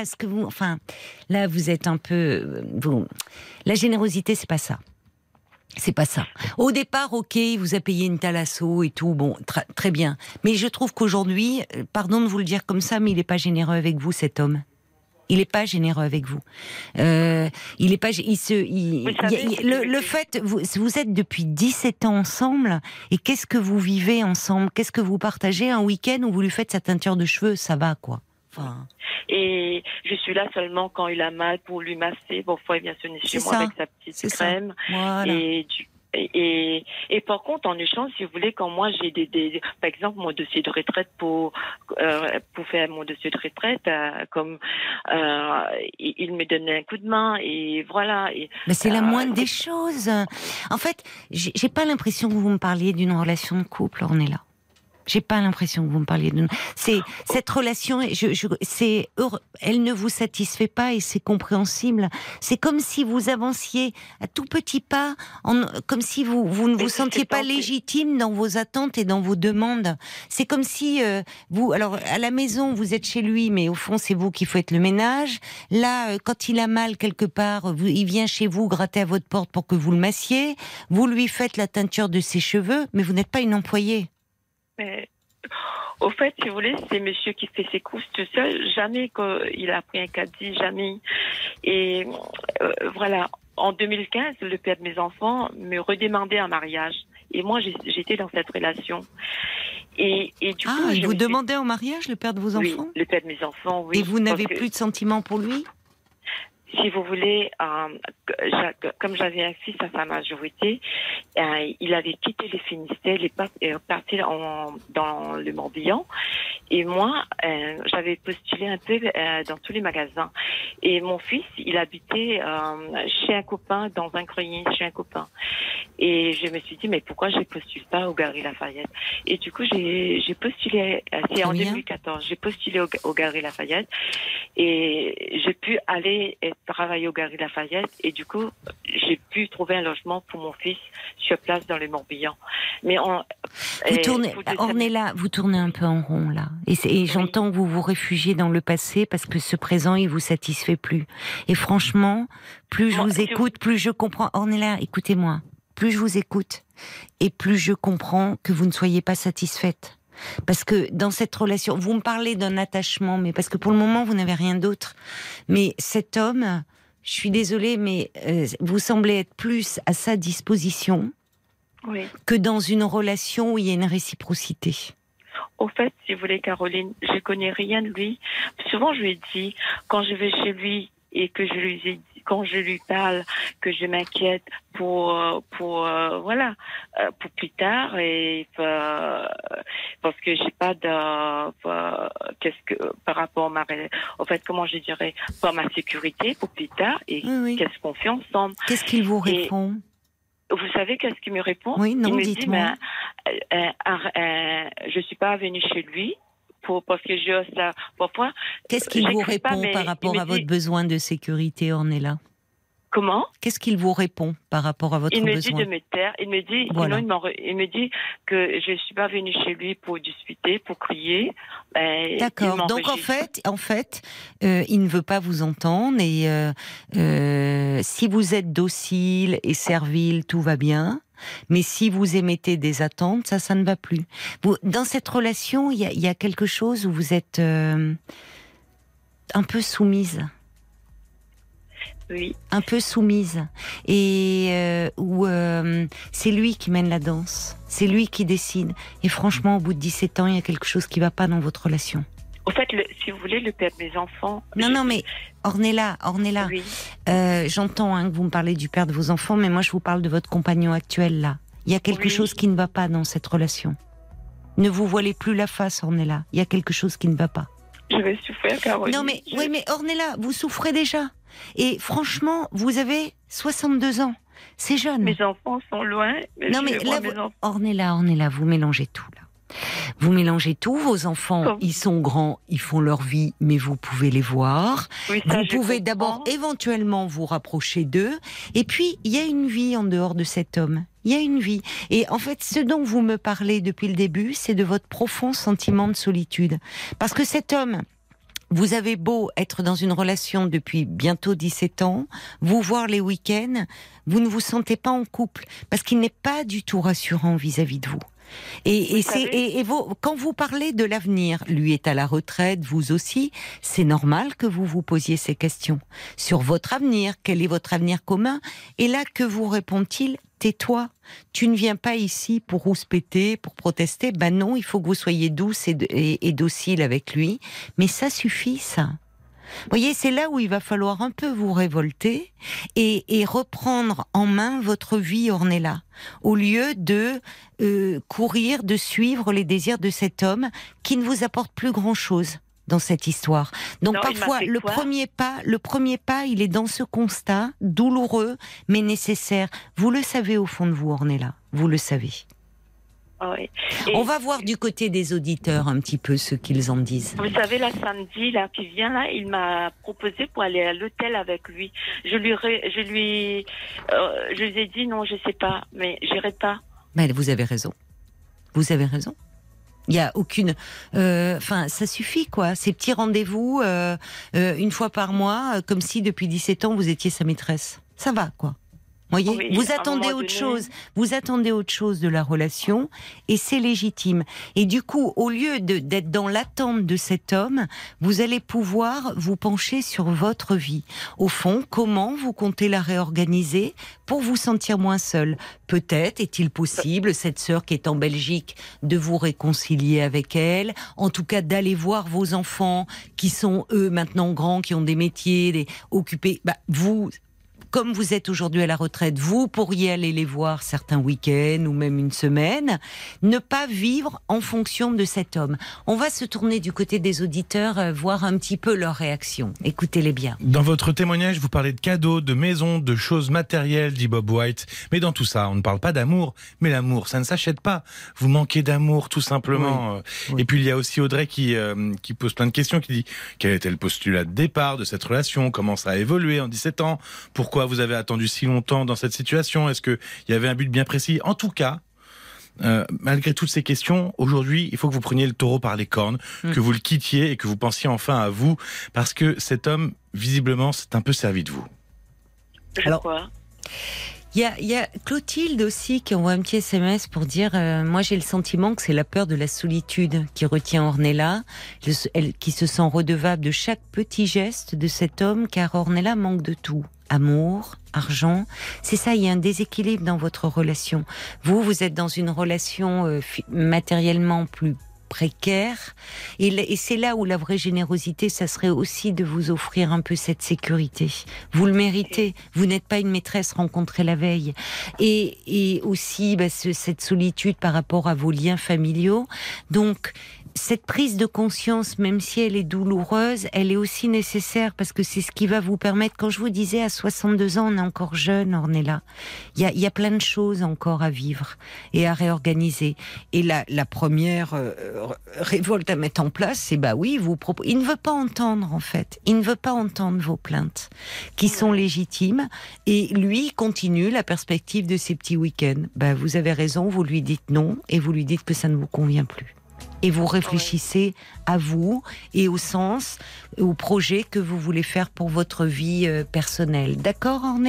là vous êtes un peu. La générosité, c'est pas ça. C'est pas ça. Au départ, ok, il vous a payé une thalasso et tout, bon, très bien. Mais je trouve qu'aujourd'hui, pardon de vous le dire comme ça, mais il est pas généreux avec vous, cet homme. Il n'est pas généreux avec vous. Il est pas. Le fait, vous êtes depuis 17 ans ensemble. Et qu'est-ce que vous vivez ensemble ? Qu'est-ce que vous partagez un week-end où vous lui faites sa teinture de cheveux ? Ça va, quoi. Enfin... Et je suis là seulement quand il a mal pour lui masser. Bon, il vient sonner chez moi avec sa petite crème. Voilà. Et par contre, en échange, si vous voulez, quand moi j'ai par exemple, mon dossier de retraite pour faire mon dossier de retraite, il me donnait un coup de main et voilà. Mais c'est la moindre des choses. En fait, j'ai pas l'impression que vous me parliez d'une relation de couple, Ornella. J'ai pas l'impression que vous me parliez de... C'est cette relation, elle ne vous satisfait pas et c'est compréhensible. C'est comme si vous avanciez à tout petit pas, comme si vous ne vous sentiez pas légitime dans vos attentes et dans vos demandes. C'est comme si alors à la maison vous êtes chez lui, mais au fond c'est vous qui faites le ménage. Là, quand il a mal quelque part, il vient chez vous gratter à votre porte pour que vous le massiez. Vous lui faites la teinture de ses cheveux, mais vous n'êtes pas une employée. Mais, au fait, si vous voulez, c'est monsieur qui fait ses courses tout seul. Jamais qu'il a pris un caddie, jamais. Et voilà, en 2015, le père de mes enfants me redemandait un mariage. Et moi, j'étais dans cette relation. Et du coup, il vous demandait en mariage, le père de vos enfants ? Oui, le père de mes enfants, oui. Et vous n'avez plus de sentiments pour lui ? Si vous voulez, comme j'avais un fils à sa majorité, il avait quitté les Finistères, il est parti dans le Morbihan. Et moi, j'avais postulé un peu dans tous les magasins. Et mon fils, il habitait chez un copain, dans un grenier chez un copain. Et je me suis dit, mais pourquoi je ne postule pas au Galeries Lafayette? Et du coup, j'ai postulé, c'est en 2014, j'ai postulé au Galeries Lafayette. Et j'ai pu aller travailler au Galeries Lafayette. Et du coup, j'ai pu trouver un logement pour mon fils sur place dans le Morbihan. Mais vous tournez un peu en rond, là. Et j'entends que vous vous réfugiez dans le passé parce que ce présent, il vous satisfait plus. Et franchement, plus je vous écoute, plus je comprends. Ornella, écoutez-moi. Plus je vous écoute et plus je comprends que vous ne soyez pas satisfaite. Parce que dans cette relation, vous me parlez d'un attachement, mais parce que pour le moment, vous n'avez rien d'autre. Mais cet homme, je suis désolée, mais vous semblez être plus à sa disposition que dans une relation où il y a une réciprocité. Au fait, si vous voulez, Caroline, je connais rien de lui. Souvent, je lui ai dit, quand je vais chez lui et que je lui ai dit, quand je lui parle, que je m'inquiète pour plus tard et parce que j'ai pas par rapport à en fait, comment je dirais, pour ma sécurité pour plus tard et qu'est-ce qu'on fait ensemble. Qu'est-ce qu'il vous répond? Vous savez qu'est-ce qu'il me répond? Oui, non, il me dites-moi. dit, je suis pas venue chez lui parce que je ça parfois. Qu'est-ce qu'il vous répond par rapport à votre besoin de sécurité, Ornella? Comment? Qu'est-ce qu'il vous répond par rapport à votre besoin? Il me dit de me taire. Il me dit, voilà. Il me dit que je suis pas venue chez lui pour discuter, pour crier. D'accord. Donc en fait, il ne veut pas vous entendre et si vous êtes docile et servile, tout va bien. Mais si vous émettez des attentes, ça ne va plus. Dans cette relation, il y a quelque chose où vous êtes un peu soumise. Oui. Un peu soumise. Et où c'est lui qui mène la danse. C'est lui qui décide. Et franchement, au bout de 17 ans, il y a quelque chose qui ne va pas dans votre relation. En fait, si vous voulez, le père de mes enfants... Non, mais Ornella, oui. J'entends que vous me parlez du père de vos enfants, mais moi je vous parle de votre compagnon actuel, là. Il y a quelque chose qui ne va pas dans cette relation. Ne vous voilez plus la face, Ornella. Il y a quelque chose qui ne va pas. Je vais souffrir, Caroline. Non, mais Ornella, vous souffrez déjà. Et franchement, vous avez 62 ans. C'est jeune. Mes enfants sont loin. Non, mais là, Ornella, vous mélangez tout, là. Vous mélangez tout, vos enfants, ils sont grands, ils font leur vie, mais vous pouvez les voir. Oui, ça, vous pouvez d'abord éventuellement vous rapprocher d'eux. Et puis, il y a une vie en dehors de cet homme. Il y a une vie. Et en fait, ce dont vous me parlez depuis le début, c'est de votre profond sentiment de solitude. Parce que cet homme, vous avez beau être dans une relation depuis bientôt 17 ans, vous voir les week-ends, vous ne vous sentez pas en couple. Parce qu'il n'est pas du tout rassurant vis-à-vis de vous. Quand vous parlez de l'avenir, lui est à la retraite, vous aussi, c'est normal que vous vous posiez ces questions sur votre avenir. Quel est votre avenir commun? Et là, que vous répond-il? Tais-toi. Tu ne viens pas ici pour rouspéter, pour protester. Ben non, il faut que vous soyez douce et docile avec lui. Mais ça suffit, ça. Vous voyez, c'est là où il va falloir un peu vous révolter et reprendre en main votre vie, Ornella, au lieu de courir, de suivre les désirs de cet homme qui ne vous apporte plus grand-chose dans cette histoire. Donc parfois, le premier pas, il est dans ce constat douloureux mais nécessaire. Vous le savez au fond de vous, Ornella, vous le savez. Oui. On va voir du côté des auditeurs un petit peu ce qu'ils en disent. Vous savez, là, samedi, là, qui vient, là, il m'a proposé pour aller à l'hôtel avec lui. Je lui ai dit non, je sais pas, mais j'irai pas. Mais vous avez raison. Vous avez raison. Il y a aucune, ça suffit quoi. Ces petits rendez-vous une fois par mois, comme si depuis 17 ans vous étiez sa maîtresse. Ça va quoi. Voyez, Oui, vous à un attendez moment autre donné. chose. Vous attendez autre chose de la relation et c'est légitime. Et du coup, au lieu d'être dans l'attente de cet homme, vous allez pouvoir vous pencher sur votre vie. Au fond, comment vous comptez la réorganiser pour vous sentir moins seul? Peut-être est-il possible, cette sœur qui est en Belgique, de vous réconcilier avec elle, en tout cas d'aller voir vos enfants qui sont eux maintenant grands, qui ont des métiers, occupés. Vous, comme vous êtes aujourd'hui à la retraite, vous pourriez aller les voir certains week-ends ou même une semaine, ne pas vivre en fonction de cet homme. On va se tourner du côté des auditeurs, voir un petit peu leur réaction. Écoutez-les bien. Dans votre témoignage, vous parlez de cadeaux, de maisons, de choses matérielles, dit Bob White. Mais dans tout ça, on ne parle pas d'amour. Mais l'amour, ça ne s'achète pas. Vous manquez d'amour, tout simplement. Oui. Et puis, il y a aussi Audrey qui pose plein de questions, qui dit quel était le postulat de départ de cette relation? Comment ça a évolué en 17 ans? Pourquoi vous avez attendu si longtemps dans cette situation? Est-ce qu'il y avait un but bien précis? En tout cas, malgré toutes ces questions, aujourd'hui, il faut que vous preniez le taureau par les cornes, que vous le quittiez et que vous pensiez enfin à vous, parce que cet homme, visiblement, s'est un peu servi de vous. Alors, Quoi? il y a Clotilde aussi qui envoie un petit SMS pour dire moi j'ai le sentiment que c'est la peur de la solitude qui retient Ornella, elle qui se sent redevable de chaque petit geste de cet homme, car Ornella manque de tout. Amour, argent, c'est ça, il y a un déséquilibre dans votre relation. Vous êtes dans une relation matériellement plus précaire, et c'est là où la vraie générosité, ça serait aussi de vous offrir un peu cette sécurité. Vous le méritez, vous n'êtes pas une maîtresse rencontrée la veille. Et aussi cette solitude par rapport à vos liens familiaux. Donc, cette prise de conscience, même si elle est douloureuse, elle est aussi nécessaire parce que c'est ce qui va vous permettre, quand je vous disais à 62 ans, on est encore jeune, Ornella. Il y a plein de choses encore à vivre et à réorganiser. Et la première révolte à mettre en place, c'est il ne veut pas entendre en fait. Il ne veut pas entendre vos plaintes qui sont légitimes et lui continue la perspective de ses petits week-ends. Vous avez raison, vous lui dites non et vous lui dites que ça ne vous convient plus. Et vous réfléchissez à vous et au sens, au projet que vous voulez faire pour votre vie personnelle. D'accord, Ornella ?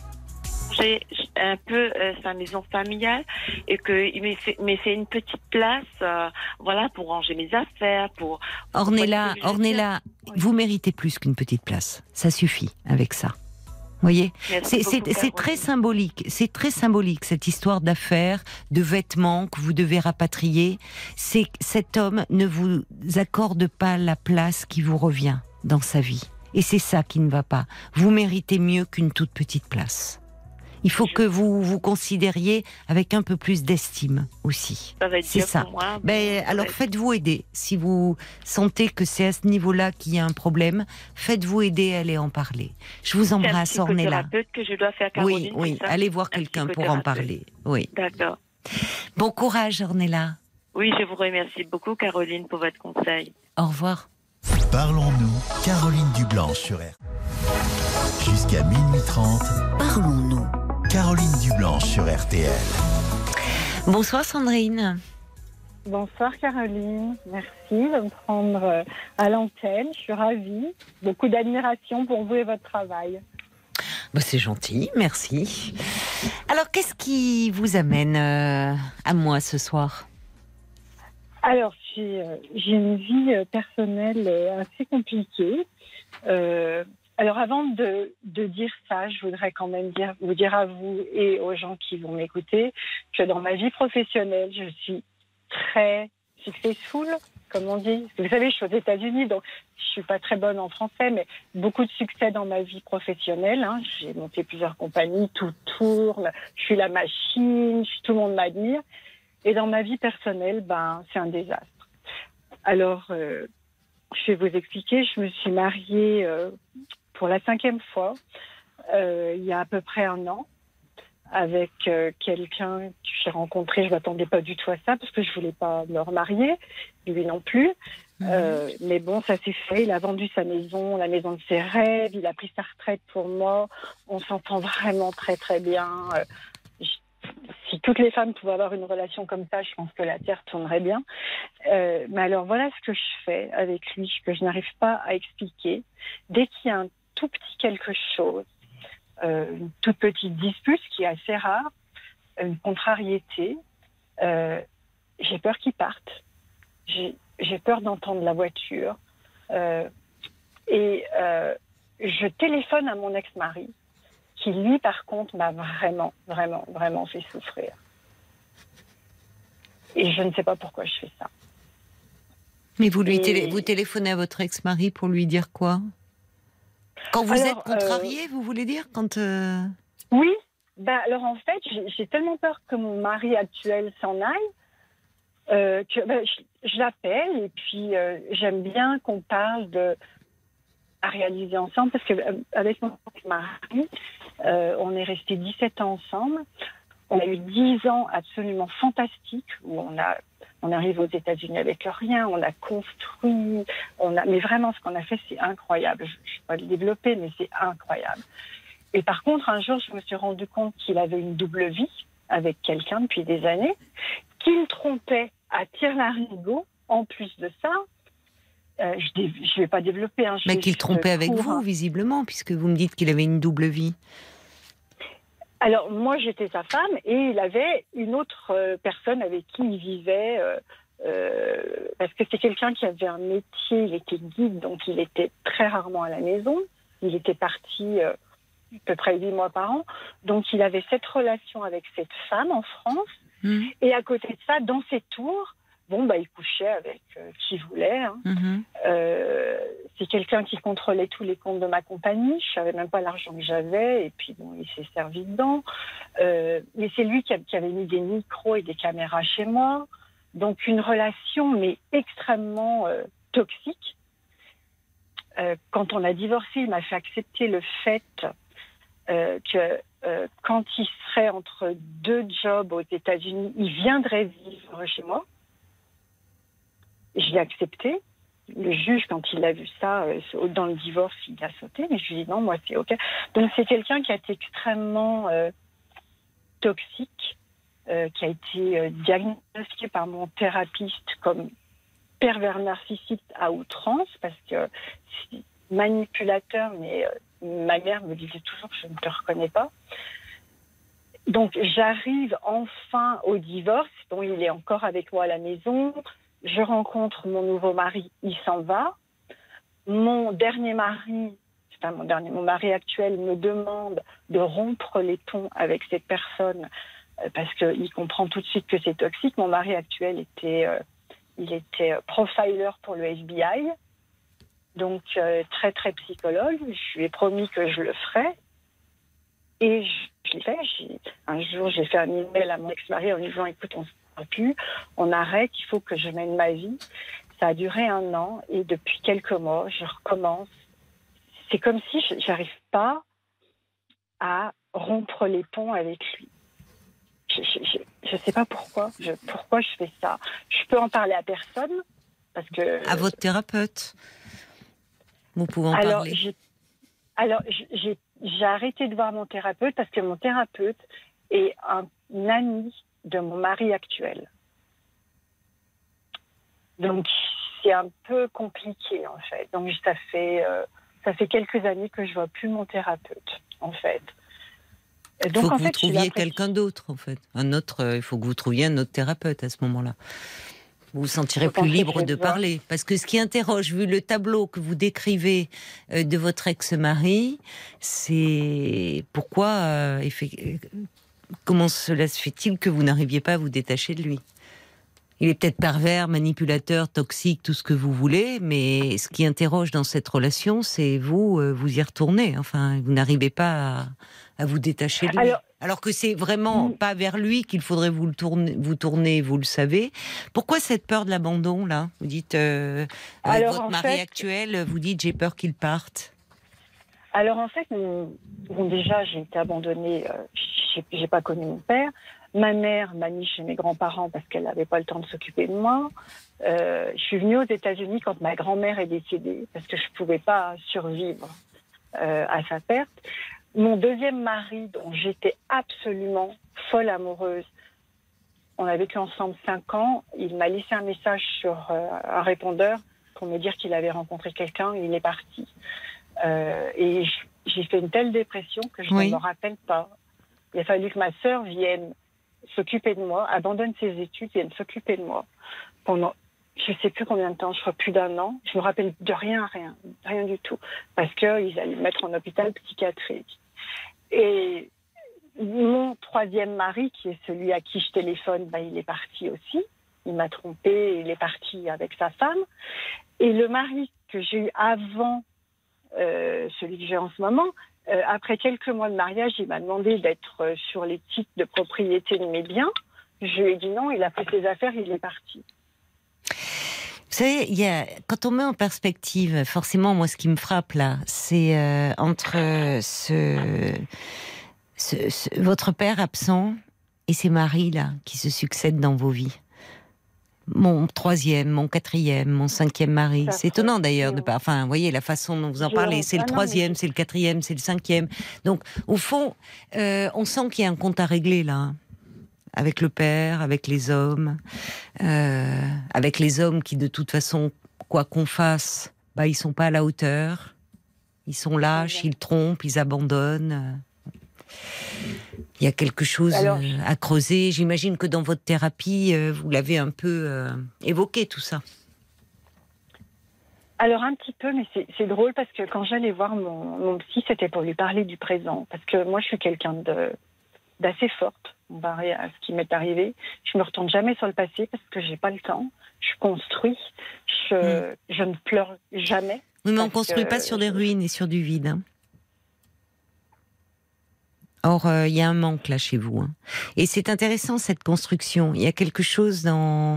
J'ai un peu sa maison familiale et qu'il m'ait fait une petite place, pour ranger mes affaires, pour... Ornella, vous méritez plus qu'une petite place. Ça suffit avec ça. Voyez, c'est très symbolique. C'est très symbolique cette histoire d'affaires, de vêtements que vous devez rapatrier. C'est cet homme ne vous accorde pas la place qui vous revient dans sa vie. Et c'est ça qui ne va pas. Vous méritez mieux qu'une toute petite place. Il faut que vous vous considériez avec un peu plus d'estime aussi. Ça va être dur ça. pour moi. Alors faites-vous aider. Si vous sentez que c'est à ce niveau-là qu'il y a un problème, faites-vous aider à aller en parler. Je vous embrasse, Ornella. C'est un psychothérapeute que je dois faire, Caroline. Oui, allez voir quelqu'un pour en parler. Oui. D'accord. Bon courage, Ornella. Oui, je vous remercie beaucoup, Caroline, pour votre conseil. Au revoir. Parlons-nous, Caroline Dublanche sur RTL. Jusqu'à minuit 30. Parlons-nous. Caroline Dublanche sur RTL. Bonsoir Sandrine. Bonsoir Caroline, merci de me prendre à l'antenne, je suis ravie. Beaucoup d'admiration pour vous et votre travail. C'est gentil, merci. Alors qu'est-ce qui vous amène à moi ce soir ? Alors j'ai une vie personnelle assez compliquée. Alors avant de dire ça, je voudrais quand même vous dire à vous et aux gens qui vont m'écouter que dans ma vie professionnelle, je suis très successful, comme on dit. Vous savez, je suis aux États-Unis, donc je suis pas très bonne en français, mais beaucoup de succès dans ma vie professionnelle. J'ai monté plusieurs compagnies, tout tourne, je suis la machine, tout le monde m'admire. Et dans ma vie personnelle, c'est un désastre. Alors, je vais vous expliquer, je me suis mariée pour la 5e fois, il y a à peu près 1 an, avec quelqu'un que j'ai rencontré. Je m'attendais pas du tout à ça parce que je voulais pas me remarier, lui non plus. Mais bon, ça s'est fait. Il a vendu sa maison, la maison de ses rêves. Il a pris sa retraite pour moi. On s'entend vraiment très très bien. Si toutes les femmes pouvaient avoir une relation comme ça, je pense que la Terre tournerait bien. Mais alors voilà ce que je fais avec lui, que je n'arrive pas à expliquer. Dès qu'il y a un tout petit quelque chose, une toute petite dispute, ce qui est assez rare, une contrariété, j'ai peur qu'il parte. J'ai peur d'entendre la voiture. Et je téléphone à mon ex-mari, qui lui, par contre, m'a vraiment, vraiment, vraiment fait souffrir. Et je ne sais pas pourquoi je fais ça. Mais vous téléphonez à votre ex-mari pour lui dire quoi? Quand vous êtes contrariée, vous voulez dire quand Oui. Alors en fait, j'ai tellement peur que mon mari actuel s'en aille que je l'appelle et puis j'aime bien qu'on parle à réaliser ensemble parce qu'avec mon mari, on est restés 17 ans ensemble. On a eu 10 ans absolument fantastiques où on est arrivé aux États-Unis avec rien, on a construit, mais vraiment ce qu'on a fait, c'est incroyable. Je ne vais pas le développer, mais c'est incroyable. Et par contre, un jour, je me suis rendu compte qu'il avait une double vie avec quelqu'un depuis des années, qu'il trompait à tire-larigot. En plus de ça, je ne vais pas développer. Mais qu'il trompait avec vous, visiblement, puisque vous me dites qu'il avait une double vie. Alors, moi, j'étais sa femme et il avait une autre personne avec qui il vivait, parce que c'est quelqu'un qui avait un métier, il était guide, donc il était très rarement à la maison. Il était parti à peu près 8 mois par an. Donc, il avait cette relation avec cette femme en France. Et à côté de ça, dans ses tours, il couchait avec qui voulait. C'est quelqu'un qui contrôlait tous les comptes de ma compagnie. Je savais même pas l'argent que j'avais. Et puis, il s'est servi dedans. Mais c'est lui qui avait mis des micros et des caméras chez moi. Donc, une relation, mais extrêmement toxique. Quand on a divorcé, il m'a fait accepter le fait que quand il serait entre 2 jobs aux États-Unis, il viendrait vivre chez moi. Je l'ai accepté. Le juge, quand il a vu ça, dans le divorce, il a sauté. Mais je lui ai dit non, moi, c'est OK. Donc, c'est quelqu'un qui a été extrêmement toxique, qui a été diagnostiqué par mon thérapeute comme pervers narcissique à outrance, parce que c'est manipulateur, mais ma mère me disait toujours que je ne te reconnais pas. Donc, j'arrive enfin au divorce. Bon, il est encore avec moi à la maison. Je rencontre mon nouveau mari, il s'en va. Mon mari actuel me demande de rompre les ponts avec cette personne parce qu'il comprend tout de suite que c'est toxique. Mon mari actuel était profiler pour le FBI, donc très très psychologue. Je lui ai promis que je le ferais et je l'ai fait. Un jour, j'ai fait un email à mon ex-mari en lui disant écoute, on arrête, il faut que je mène ma vie. Ça a duré 1 an et depuis quelques mois, je recommence. C'est comme si je n'arrive pas à rompre les ponts avec lui. Je ne sais pas pourquoi je fais ça. Je peux en parler à personne parce que... À votre thérapeute. Vous pouvez en parler. J'ai arrêté de voir mon thérapeute parce que mon thérapeute est un ami de mon mari actuel. Donc, c'est un peu compliqué, en fait. Donc, ça fait quelques années que je ne vois plus mon thérapeute, en fait. Il faut que vous trouviez quelqu'un d'autre, en fait. Il faut que vous trouviez un autre thérapeute à ce moment-là. Vous vous sentirez plus libre de parler. Parce que ce qui interroge, vu le tableau que vous décrivez de votre ex-mari, c'est pourquoi... Comment cela se fait-il que vous n'arriviez pas à vous détacher de lui? Il est peut-être pervers, manipulateur, toxique, tout ce que vous voulez, mais ce qui interroge dans cette relation, c'est vous y retournez. Enfin, vous n'arrivez pas à vous détacher de lui. Alors que c'est vraiment pas vers lui qu'il faudrait vous tourner, vous le savez. Pourquoi cette peur de l'abandon, là? Vous dites, avec votre mari actuel, vous dites, j'ai peur qu'il parte. Alors en fait, déjà j'ai été abandonnée, j'ai pas connu mon père. Ma mère m'a mis chez mes grands-parents parce qu'elle n'avait pas le temps de s'occuper de moi. Je suis venue aux États-Unis quand ma grand-mère est décédée parce que je pouvais pas survivre à sa perte. Mon deuxième mari, dont j'étais absolument folle amoureuse, on a vécu ensemble 5 ans. Il m'a laissé un message sur un répondeur pour me dire qu'il avait rencontré quelqu'un et il est parti. Et j'ai fait une telle dépression que je ne me rappelle pas. Il a fallu que ma sœur vienne s'occuper de moi, abandonne ses études, vienne s'occuper de moi pendant je ne sais plus combien de temps, je crois plus d'1 an. Je me rappelle de rien du tout, parce qu'ils allaient me mettre en hôpital psychiatrique. Et mon troisième mari, qui est celui à qui je téléphone, il est parti aussi. Il m'a trompée, il est parti avec sa femme. Et le mari que j'ai eu avant celui que j'ai en ce moment, après quelques mois de mariage, il m'a demandé d'être sur les titres de propriété de mes biens. Je lui ai dit non, il a fait ses affaires, il est parti. Vous savez, quand on met en perspective, forcément, moi, ce qui me frappe là, c'est entre votre père absent et ces maris là qui se succèdent dans vos vies. Mon troisième, mon quatrième, mon 5e mari. C'est étonnant d'ailleurs de pas. Enfin, vous voyez la façon dont vous en parlez. C'est le 3e, c'est le 4e, c'est le 5e. Donc, au fond, on sent qu'il y a un compte à régler là. Avec le père, avec les hommes qui de toute façon, quoi qu'on fasse, ils sont pas à la hauteur, ils sont lâches, ils trompent, ils abandonnent. Il y a quelque chose à creuser. J'imagine que dans votre thérapie, vous l'avez un peu évoqué tout ça. Alors un petit peu, mais c'est drôle parce que quand j'allais voir mon psy, c'était pour lui parler du présent, parce que moi je suis quelqu'un d'assez forte, comparé à ce qui m'est arrivé. Je me retourne jamais sur le passé parce que j'ai pas le temps. Je construis. Je ne pleure jamais. Oui, mais on construit pas sur des ruines et sur du vide. Hein. Or, il y a un manque là chez vous. Hein. Et c'est intéressant cette construction. Il y a quelque chose en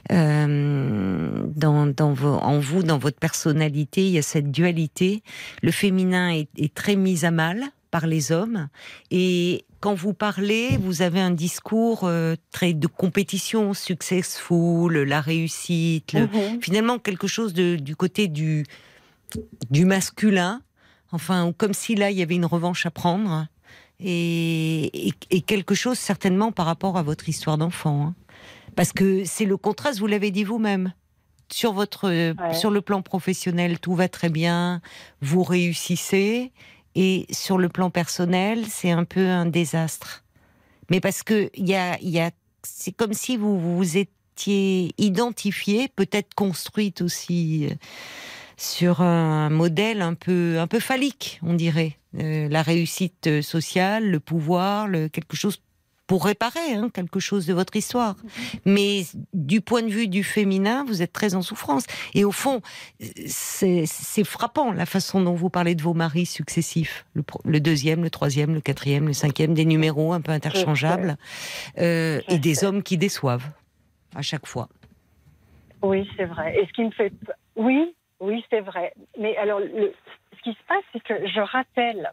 vous, dans votre personnalité. Il y a cette dualité. Le féminin est très mis à mal par les hommes. Et quand vous parlez, vous avez un discours très de compétition, successful, la réussite, finalement quelque chose du côté du masculin. Enfin, comme si là, il y avait une revanche à prendre. Et quelque chose certainement par rapport à votre histoire d'enfant. Hein. Parce que c'est le contraste, vous l'avez dit vous-même. Sur le plan professionnel, tout va très bien, vous réussissez. Et sur le plan personnel, c'est un peu un désastre. Mais parce que c'est comme si vous vous étiez identifié, peut-être construite aussi sur un modèle un peu phallique, on dirait. La réussite sociale, le pouvoir, quelque chose pour réparer quelque chose de votre histoire. Mais du point de vue du féminin, vous êtes très en souffrance. Et au fond, c'est frappant la façon dont vous parlez de vos maris successifs. Le 2e, le 3e, le 4e, le 5e, des numéros un peu interchangeables. Et des hommes qui déçoivent à chaque fois. Oui, c'est vrai. Et ce qui me fait... Oui, c'est vrai. Mais alors, ce qui se passe, c'est que je rappelle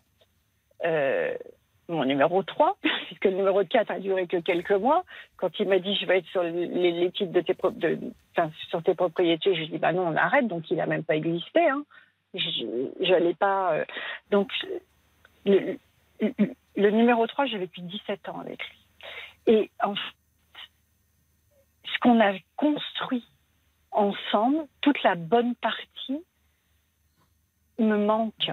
mon numéro 3, puisque le numéro 4 a duré que quelques mois. Quand il m'a dit « je vais être sur les titres sur tes propriétés », je lui ai dit « non, on arrête », donc il n'a même pas existé. Hein. Je n'allais pas... Donc, le numéro 3, j'ai vécu 17 ans avec lui. Et en fait, ce qu'on a construit ensemble, toute la bonne partie me manque.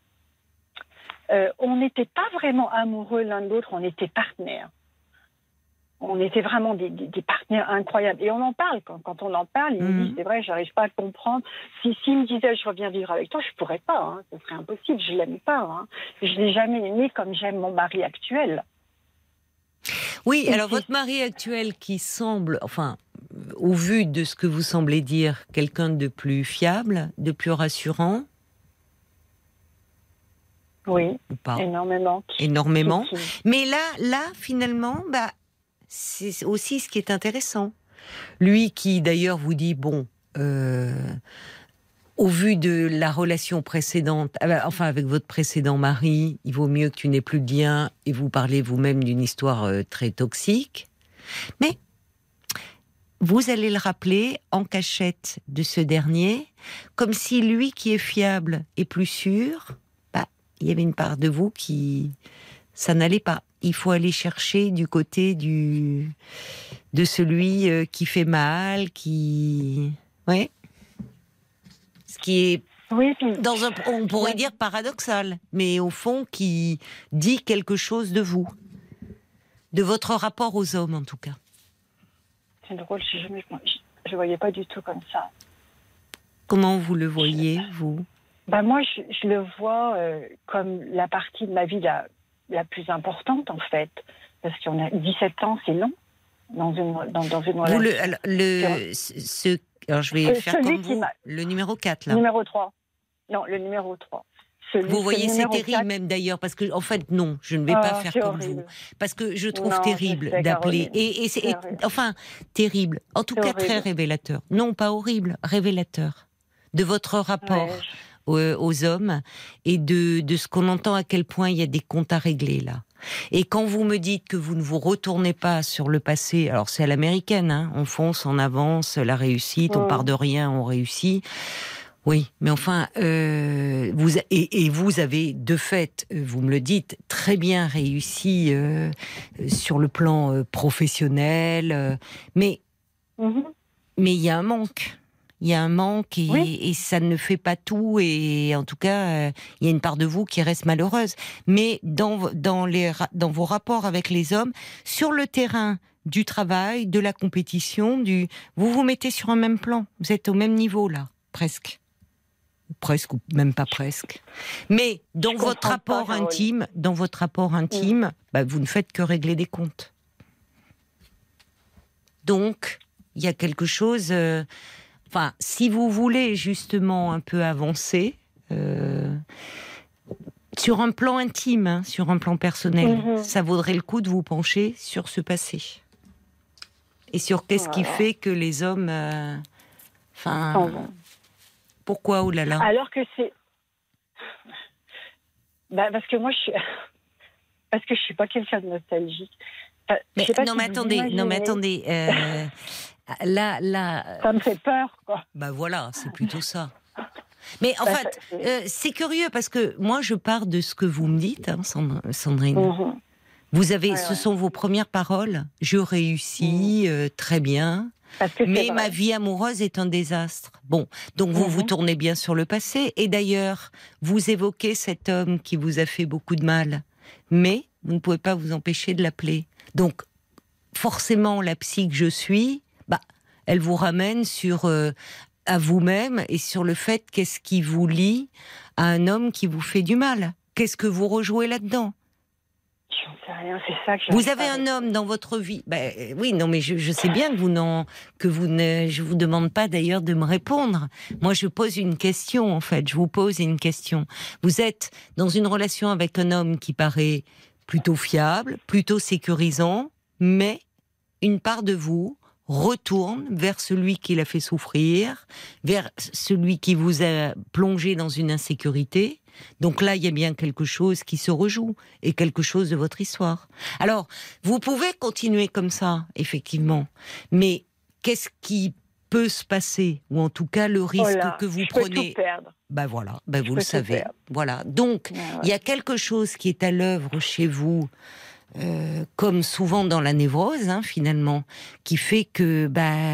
On n'était pas vraiment amoureux l'un de l'autre, on était partenaires. On était vraiment des partenaires incroyables. Et on en parle, quand on en parle, il me dit, c'est vrai, j'arrive pas à comprendre. S'il me disait, je reviens vivre avec toi, je pourrais pas, ce serait impossible, je l'aime pas. Je l'ai jamais aimé comme j'aime mon mari actuel. Oui, alors votre mari actuel qui semble, au vu de ce que vous semblez dire, quelqu'un de plus fiable, de plus rassurant. Oui, ou pas. Énormément. Mais là, finalement, c'est aussi ce qui est intéressant. Lui qui, d'ailleurs, vous dit, au vu de la relation précédente, enfin avec votre précédent mari, il vaut mieux que tu n'aies plus de lien et vous parlez vous-même d'une histoire très toxique. Mais vous allez le rappeler en cachette de ce dernier, comme si lui qui est fiable et plus sûr, il y avait une part de vous qui... ça n'allait pas. Il faut aller chercher du côté de celui qui fait mal, qui... Ouais. Ce qui est, Oui, on pourrait dire paradoxal, mais au fond qui dit quelque chose de vous, de votre rapport aux hommes en tout cas. c'est drôle, je voyais pas du tout comme ça. Comment vous le voyez, vous ? Moi, je le vois comme la partie de ma vie la plus importante, en fait. Parce qu'on a 17 ans, c'est long, dans une relation. Alors, je vais faire comme vous. Le numéro 4, là. Numéro 3. Non, le numéro 3. Vous voyez, c'est terrible 4. Même d'ailleurs, parce que, en fait, non, je ne vais pas faire comme horrible. Vous. Parce que je trouve terrible d'appeler. Et c'est enfin, terrible. En tout cas, très révélateur. Non, pas horrible, révélateur. De votre rapport aux hommes et de ce qu'on entend à quel point il y a des comptes à régler, là. Et quand vous me dites que vous ne vous retournez pas sur le passé, alors c'est à l'américaine, hein, on fonce, on avance, la réussite, on part de rien, on réussit. Oui, mais enfin, vous avez de fait, vous me le dites, très bien réussi sur le plan professionnel, mais il y a un manque. Il y a un manque et ça ne fait pas tout. Et en tout cas, il y a une part de vous qui reste malheureuse. Mais dans vos rapports avec les hommes, sur le terrain du travail, de la compétition, vous vous mettez sur un même plan. Vous êtes au même niveau là, presque. Presque ou même pas presque. Mais dans votre rapport intime, vous ne faites que régler des comptes. Donc, il y a quelque chose. Enfin, si vous voulez justement un peu avancer sur un plan intime, sur un plan personnel, ça vaudrait le coup de vous pencher sur ce passé et sur qu'est-ce qui fait que les hommes. Pourquoi, oh là là ? Alors que c'est. Parce que moi, parce que je suis pas quelqu'un de nostalgique. Mais attendez. Là. Ça me fait peur, quoi. Voilà, c'est plutôt ça. Mais en fait, c'est curieux parce que moi, je pars de ce que vous me dites, hein, Sandrine. Vous avez, ce sont vos premières paroles. Je réussis très bien. Mais ma vie amoureuse est un désastre. Bon, donc vous vous tournez bien sur le passé. Et d'ailleurs, vous évoquez cet homme qui vous a fait beaucoup de mal. Mais vous ne pouvez pas vous empêcher de l'appeler. Donc, forcément, la psy que je suis, elle vous ramène à vous-même et sur le fait qu'est-ce qui vous lie à un homme qui vous fait du mal. Qu'est-ce que vous rejouez là-dedans ? J'en sais rien, c'est ça que vous avez un homme dans votre vie. Oui, non, mais je sais bien je vous demande pas d'ailleurs de me répondre. Moi, je pose une question, en fait. Je vous pose une question. Vous êtes dans une relation avec un homme qui paraît plutôt fiable, plutôt sécurisant, mais une part de vous retourne vers celui qui l'a fait souffrir, vers celui qui vous a plongé dans une insécurité. Donc là, il y a bien quelque chose qui se rejoue et quelque chose de votre histoire. Alors, vous pouvez continuer comme ça, effectivement, mais qu'est-ce qui peut se passer, ou en tout cas le risque que vous prenez. Peux tout perdre. Vous le savez. Voilà. Donc, il y a quelque chose qui est à l'œuvre chez vous. Comme souvent dans la névrose, finalement, qui fait que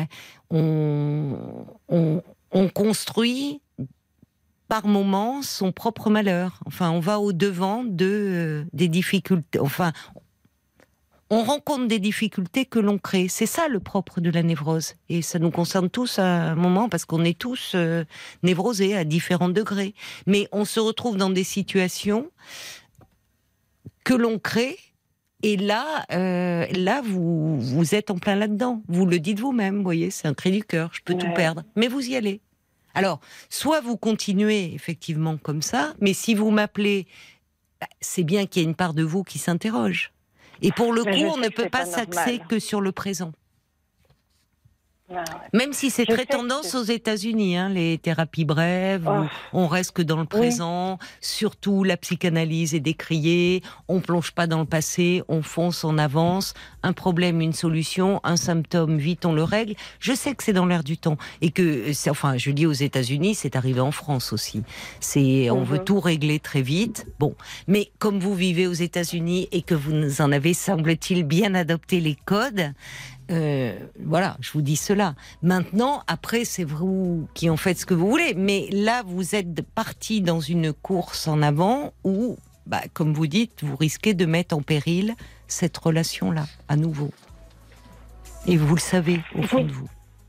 on construit par moments son propre malheur. Enfin, on va au-devant des difficultés. Enfin, on rencontre des difficultés que l'on crée. C'est ça le propre de la névrose. Et ça nous concerne tous à un moment, parce qu'on est tous névrosés à différents degrés. Mais on se retrouve dans des situations que l'on crée. Et là, vous êtes en plein là-dedans. Vous le dites vous-même, vous voyez, c'est un cri du cœur, je peux tout perdre. Mais vous y allez. Alors, soit vous continuez effectivement comme ça, mais si vous m'appelez, c'est bien qu'il y ait une part de vous qui s'interroge. Et pour le coup, on ne peut pas s'axer que sur le présent. Ouais. Même si c'est Je très sais tendance que- aux États-Unis, hein, les thérapies brèves, où on reste que dans le présent, surtout la psychanalyse est décriée, on plonge pas dans le passé, on fonce en avance, un problème, une solution, un symptôme, vite on le règle. Je sais que c'est dans l'air du temps et que, enfin, je dis aux États-Unis, c'est arrivé en France aussi. On veut tout régler très vite. Bon, mais comme vous vivez aux États-Unis et que vous en avez, semble-t-il, bien adopté les codes. Voilà, je vous dis cela. Maintenant, après, c'est vous qui en faites ce que vous voulez. Mais là, vous êtes parti dans une course en avant où, comme vous dites, vous risquez de mettre en péril cette relation-là, à nouveau. Et vous le savez, au fond de vous.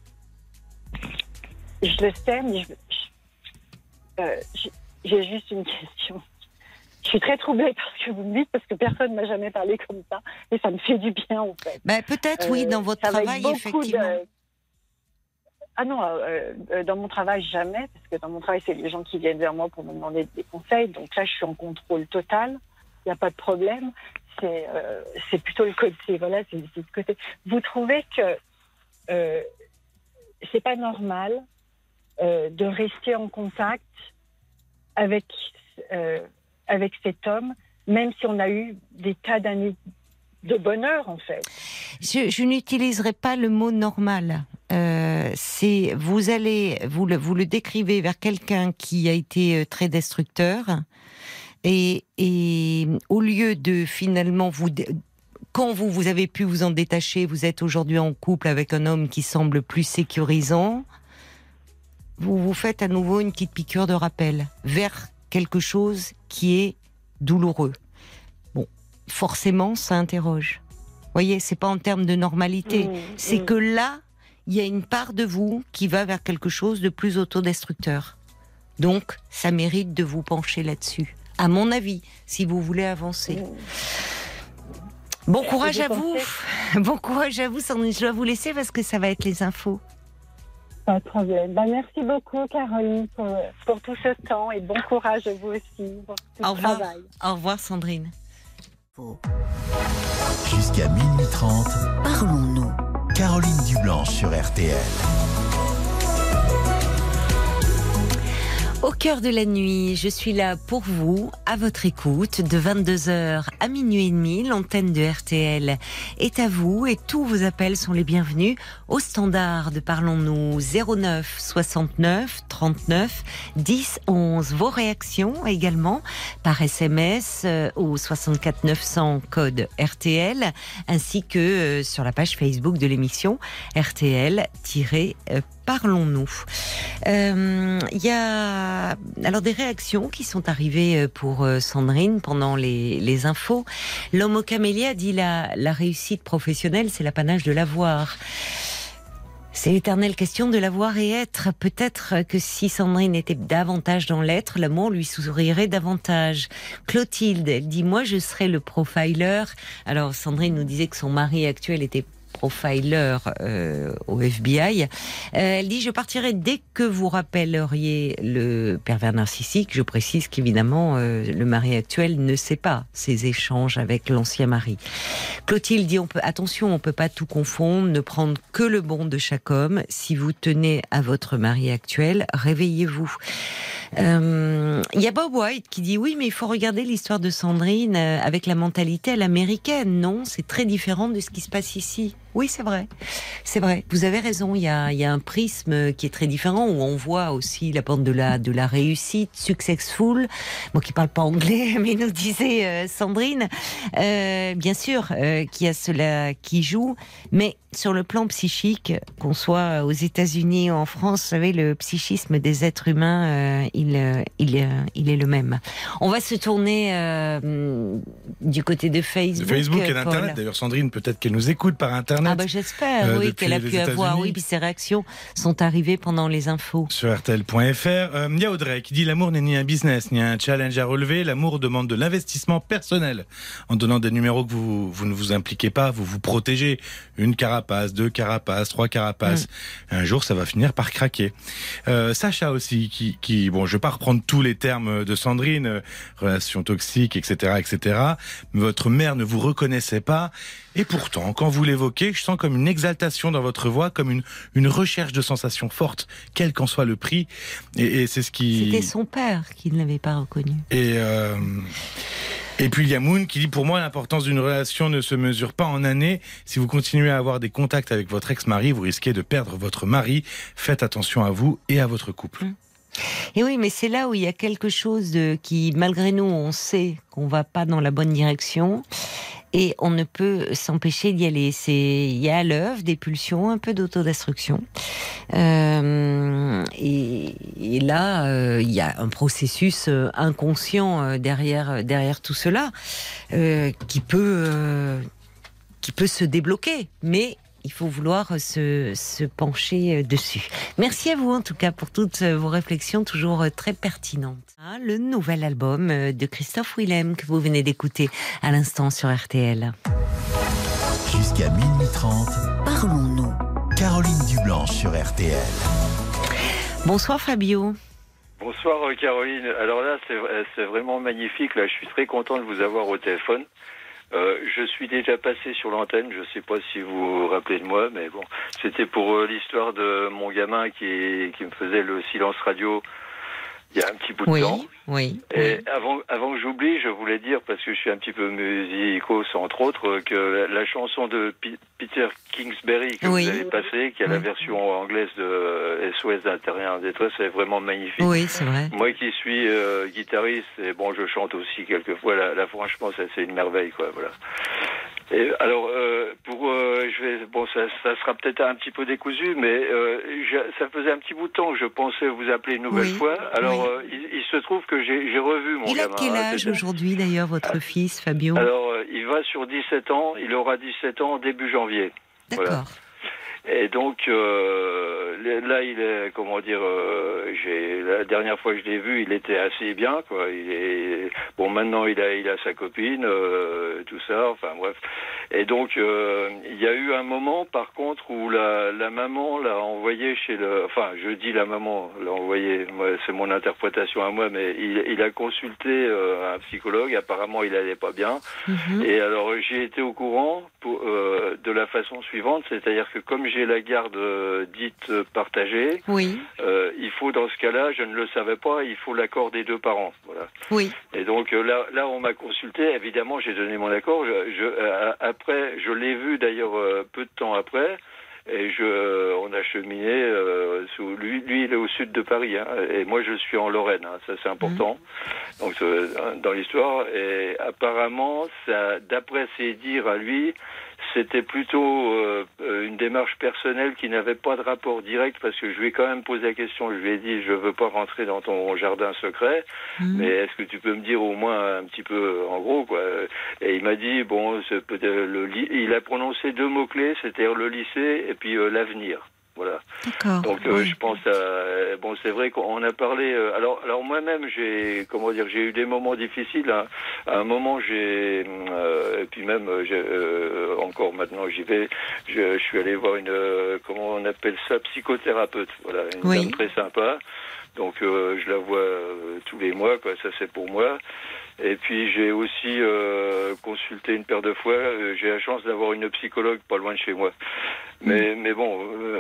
Je le sais, mais j'ai juste une question. Je suis très troublée par ce que vous me dites, parce que personne ne m'a jamais parlé comme ça. Et ça me fait du bien, en fait. Peut-être, oui, dans votre travail, effectivement. Ah non, dans mon travail, jamais. Parce que dans mon travail, c'est les gens qui viennent vers moi pour me demander des conseils. Donc là, je suis en contrôle total. Il n'y a pas de problème. C'est plutôt le côté. Voilà, c'est le côté. Vous trouvez que c'est pas normal de rester en contact avec cet homme, même si on a eu des tas d'années de bonheur, en fait. Je n'utiliserai pas le mot normal. Vous le décrivez vers quelqu'un qui a été très destructeur, et au lieu de finalement quand vous avez pu vous en détacher, vous êtes aujourd'hui en couple avec un homme qui semble plus sécurisant, vous vous faites à nouveau une petite piqûre de rappel vers quelque chose qui est douloureux. Bon, forcément, ça interroge. Vous voyez, c'est pas en termes de normalité. C'est que là, il y a une part de vous qui va vers quelque chose de plus autodestructeur. Donc, ça mérite de vous pencher là-dessus. À mon avis, si vous voulez avancer. Bon courage à vous. Bon courage à vous, Sandrine. Je dois vous laisser parce que ça va être les infos. Pas de problème. Merci beaucoup, Caroline, pour tout ce temps, et bon courage à vous aussi pour tout Au revoir. le travail. Au revoir, Sandrine. Jusqu'à minuit 30, Parlons-nous. Caroline Dublanche sur RTL. Au cœur de la nuit, je suis là pour vous, à votre écoute, de 22h à minuit et demi. L'antenne de RTL est à vous et tous vos appels sont les bienvenus au standard de Parlons-nous 09 69 39 10 11. Vos réactions également par SMS au 64 900 code RTL, ainsi que sur la page Facebook de l'émission RTL-Parlons-nous. Il y a alors des réactions qui sont arrivées pour Sandrine pendant les infos. L'homme au camélia dit la réussite professionnelle, c'est l'apanage de l'avoir. C'est l'éternelle question de l'avoir et être. Peut-être que si Sandrine était davantage dans l'être, l'amour lui sourirait davantage. Clotilde, elle dit, moi je serais le profiler. Alors Sandrine nous disait que son mari actuel était profiler au FBI. Elle dit, je partirai dès que vous rappelleriez le pervers narcissique. Je précise qu'évidemment, le mari actuel ne sait pas ces échanges avec l'ancien mari. Clotilde dit, attention, on peut pas tout confondre, ne prendre que le bon de chaque homme. Si vous tenez à votre mari actuel, réveillez-vous. Il y a Bob White qui dit, oui, mais il faut regarder l'histoire de Sandrine avec la mentalité à l'américaine. Non, c'est très différent de ce qui se passe ici. Oui, c'est vrai. C'est vrai. Vous avez raison. Il y a un prisme qui est très différent où on voit aussi la bande de la réussite, successful. Moi qui parle pas anglais, mais nous disait Sandrine, bien sûr, qu'il y a cela qui joue, mais sur le plan psychique, qu'on soit aux États-Unis ou en France, vous savez, le psychisme des êtres humains, il est le même. On va se tourner du côté de Facebook. Facebook et d'Internet. Paul. D'ailleurs, Sandrine, peut-être qu'elle nous écoute par Internet. Ah j'espère, oui, qu'elle a pu avoir. Oui, puis ses réactions sont arrivées pendant les infos. Sur RTL.fr. Il y a Audrey qui dit, l'amour n'est ni un business, ni un challenge à relever. L'amour demande de l'investissement personnel. En donnant des numéros que vous ne vous impliquez pas, vous vous protégez. Une carapace, 2 carapaces, 3 carapaces. Un jour, ça va finir par craquer. Sacha aussi, qui bon, je vais pas reprendre tous les termes de Sandrine, relations toxiques, etc., etc. Mais votre mère ne vous reconnaissait pas. Et pourtant, quand vous l'évoquez, je sens comme une exaltation dans votre voix, comme une recherche de sensations fortes, quel qu'en soit le prix. Et c'est ce qui... C'était son père qui ne l'avait pas reconnu. Et puis il y a Moon qui dit, pour moi, l'importance d'une relation ne se mesure pas en années. Si vous continuez à avoir des contacts avec votre ex-mari, vous risquez de perdre votre mari. Faites attention à vous et à votre couple. Et oui, mais c'est là où il y a quelque chose qui, malgré nous, on sait qu'on va pas dans la bonne direction. Et on ne peut s'empêcher d'y aller. Il y a à l'œuvre des pulsions, un peu d'autodestruction. Et là, il y a un processus inconscient derrière tout cela qui peut se débloquer. Mais il faut vouloir se pencher dessus. Merci à vous en tout cas pour toutes vos réflexions toujours très pertinentes. Le nouvel album de Christophe Willem que vous venez d'écouter à l'instant sur RTL. Jusqu'à minuit 30, Parlons-nous. Caroline Dublanche sur RTL. Bonsoir Fabio. Bonsoir Caroline. Alors là, c'est vraiment magnifique. Là, je suis très content de vous avoir au téléphone. Je suis déjà passé sur l'antenne, je ne sais pas si vous vous rappelez de moi, mais bon, c'était pour l'histoire de mon gamin qui me faisait le silence radio il y a un petit bout de temps. Oui. Et avant que j'oublie, je voulais dire, parce que je suis un petit peu musicos entre autres, que la chanson de Peter Kingsbury que vous avez passée, qui est la version anglaise de SOS d'un terrien en détresse, c'est vraiment magnifique. Oui, c'est vrai. Moi qui suis guitariste, et bon, je chante aussi quelquefois, là franchement, c'est une merveille, quoi, voilà. Et alors, ça sera peut-être un petit peu décousu, mais ça faisait un petit bout de temps que je pensais vous appeler une nouvelle fois. Alors, il se trouve que j'ai revu mon gamin. Il a quel âge aujourd'hui, d'ailleurs, votre fils, Fabio ? Alors, il va sur 17 ans. Il aura 17 ans début janvier. D'accord. Voilà. Et donc, là, il est, la dernière fois que je l'ai vu, il était assez bien, quoi. Maintenant, il a sa copine, tout ça, enfin, bref. Et donc, il y a eu un moment, par contre, où la maman l'a envoyé je dis la maman l'a envoyé, moi, c'est mon interprétation à moi, mais il a consulté un psychologue, apparemment, il allait pas bien. Mm-hmm. Et alors, j'ai été au courant de la façon suivante, c'est-à-dire que comme j'ai la garde dite partagée, il faut, dans ce cas-là, je ne le savais pas, il faut l'accord des deux parents. Voilà. Oui. Et donc là, on m'a consulté, évidemment, j'ai donné mon accord. Après, je l'ai vu d'ailleurs peu de temps après, et on a cheminé lui, il est au sud de Paris, hein, et moi je suis en Lorraine, hein, ça c'est important. Donc dans l'histoire, et apparemment, d'après ses dires à lui, c'était plutôt une démarche personnelle qui n'avait pas de rapport direct, parce que je lui ai quand même posé la question, je lui ai dit, je veux pas rentrer dans ton jardin secret, mais est-ce que tu peux me dire au moins un petit peu en gros, quoi. Et il m'a dit, bon, il a prononcé deux mots-clés, c'est-à-dire le lycée et puis l'avenir. Voilà. D'accord. Donc je pense c'est vrai qu'on a parlé. Alors moi-même j'ai eu des moments difficiles. Hein. À un moment et puis même encore maintenant j'y vais. Je suis allé voir une comment on appelle ça, psychothérapeute. Voilà, une dame très sympa. Donc je la vois tous les mois, quoi. Ça c'est pour moi. Et puis j'ai aussi consulté une paire de fois. J'ai la chance d'avoir une psychologue pas loin de chez moi. Mais bon,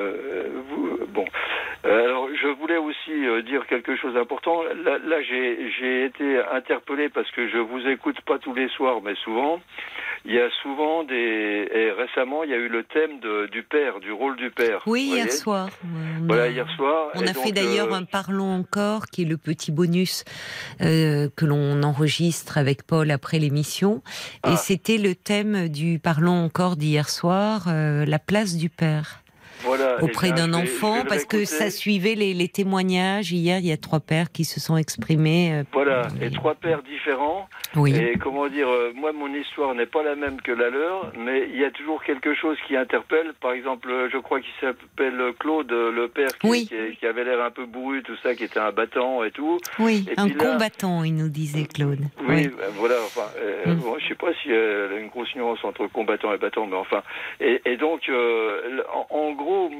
alors je voulais aussi dire quelque chose d'important. Là j'ai été interpellé parce que je vous écoute pas tous les soirs, mais souvent. Il y a souvent et récemment il y a eu le thème du père, du rôle du père. Oui, hier soir. Hier soir. On a fait d'ailleurs un Parlons encore, qui est le petit bonus que l'on enregistre avec Paul après l'émission. Et c'était le thème du Parlons encore d'hier soir, la place du père. Voilà, auprès d'un enfant, parce que ça suivait les témoignages. Hier, il y a 3 pères qui se sont exprimés. Et 3 pères différents. Oui. Et moi, mon histoire n'est pas la même que la leur, mais il y a toujours quelque chose qui interpelle. Par exemple, je crois qu'il s'appelle Claude, le père qui avait l'air un peu bourru, tout ça, qui était un battant et tout. Oui, et un combattant, il nous disait, Claude. Oui. Voilà, enfin, je sais pas s'il y a une grosse nuance entre combattant et battant, mais enfin. Et donc, en gros,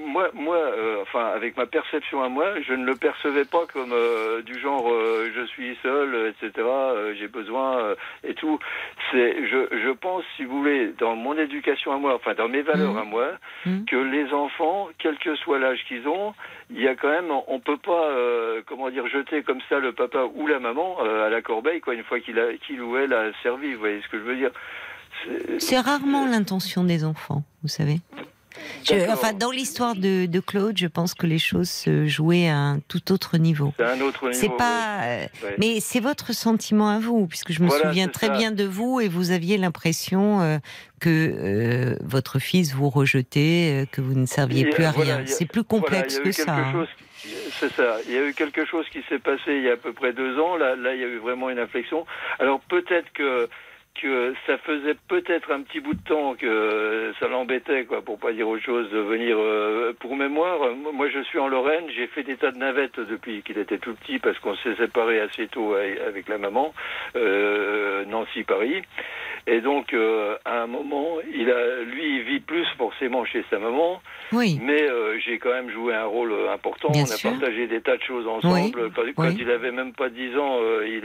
enfin, avec ma perception à moi, je ne le percevais pas comme du genre je suis seul, etc. J'ai besoin et tout. Je pense, si vous voulez, dans mon éducation à moi, enfin dans mes valeurs à moi, que les enfants, quel que soit l'âge qu'ils ont, il y a quand même, on peut pas, jeter comme ça le papa ou la maman à la corbeille, quoi, une fois qu'il ou elle a servi. Vous voyez ce que je veux dire? C'est rarement l'intention des enfants, vous savez. Dans l'histoire de Claude, je pense que les choses se jouaient à un tout autre niveau. C'est un autre niveau. C'est pas, mais c'est votre sentiment à vous, puisque je me souviens très bien de vous et vous aviez l'impression que votre fils vous rejetait, que vous ne serviez plus à rien. C'est plus complexe que ça. C'est ça. Il y a eu quelque chose qui s'est passé il y a à peu près 2 ans. Là, il y a eu vraiment une inflexion. Alors peut-être que ça faisait peut-être un petit bout de temps que ça l'embêtait, quoi, pour pas dire autre chose, de venir pour mémoire. Moi, je suis en Lorraine, j'ai fait des tas de navettes depuis qu'il était tout petit parce qu'on s'est séparés assez tôt avec la maman, Nancy-Paris. Et donc, à un moment, il vit plus forcément chez sa maman. Oui. Mais j'ai quand même joué un rôle important. Bien on a sûr. partagé des tas de choses ensemble. Oui. Quand il avait même pas 10 ans,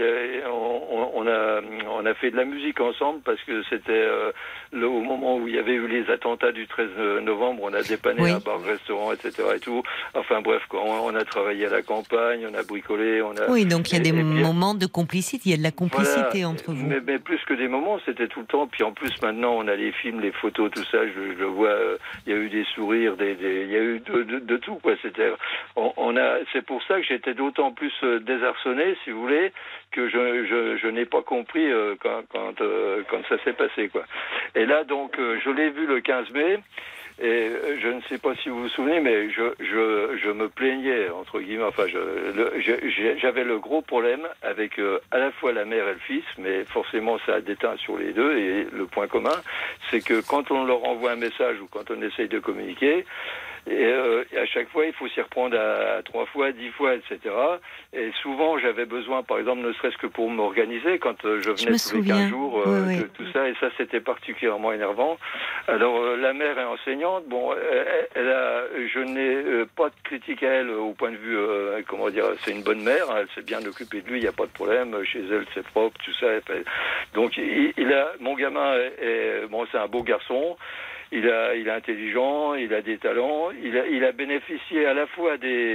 on a fait de la musique ensemble parce que c'était au moment où il y avait eu les attentats du 13 novembre. On a dépanné un bar-restaurant, etc. et tout. Enfin bref, on a travaillé à la campagne, on a bricolé. Oui, donc il y a des moments de complicité. Il y a de la complicité entre vous. Mais plus que des moments, c'était tout le temps. Puis en plus, maintenant, on a les films, les photos, tout ça. Je le vois. Il y a eu des sourires, il y a eu de tout, quoi. C'est pour ça que j'étais d'autant plus désarçonné, si vous voulez, que je n'ai pas compris quand ça s'est passé, quoi. Et là, donc, je l'ai vu le 15 mai. Et je ne sais pas si vous vous souvenez, mais je me plaignais, entre guillemets, enfin, j'avais le gros problème avec à la fois la mère et le fils, mais forcément ça a déteint sur les deux, et le point commun, c'est que quand on leur envoie un message ou quand on essaye de communiquer, et à chaque fois, il faut s'y reprendre à 3 fois, 10 fois, etc. Et souvent, j'avais besoin, par exemple, ne serait-ce que pour m'organiser, quand je venais tous les 15 jours, tout ça, et ça, c'était particulièrement énervant. Alors, la mère est enseignante. Bon, je n'ai pas de critique à elle au point de vue, c'est une bonne mère. Elle s'est bien occupée de lui, il n'y a pas de problème. Chez elle, c'est propre, tout ça. Donc, mon gamin c'est un beau garçon. Il est intelligent, il a des talents, il a bénéficié à la fois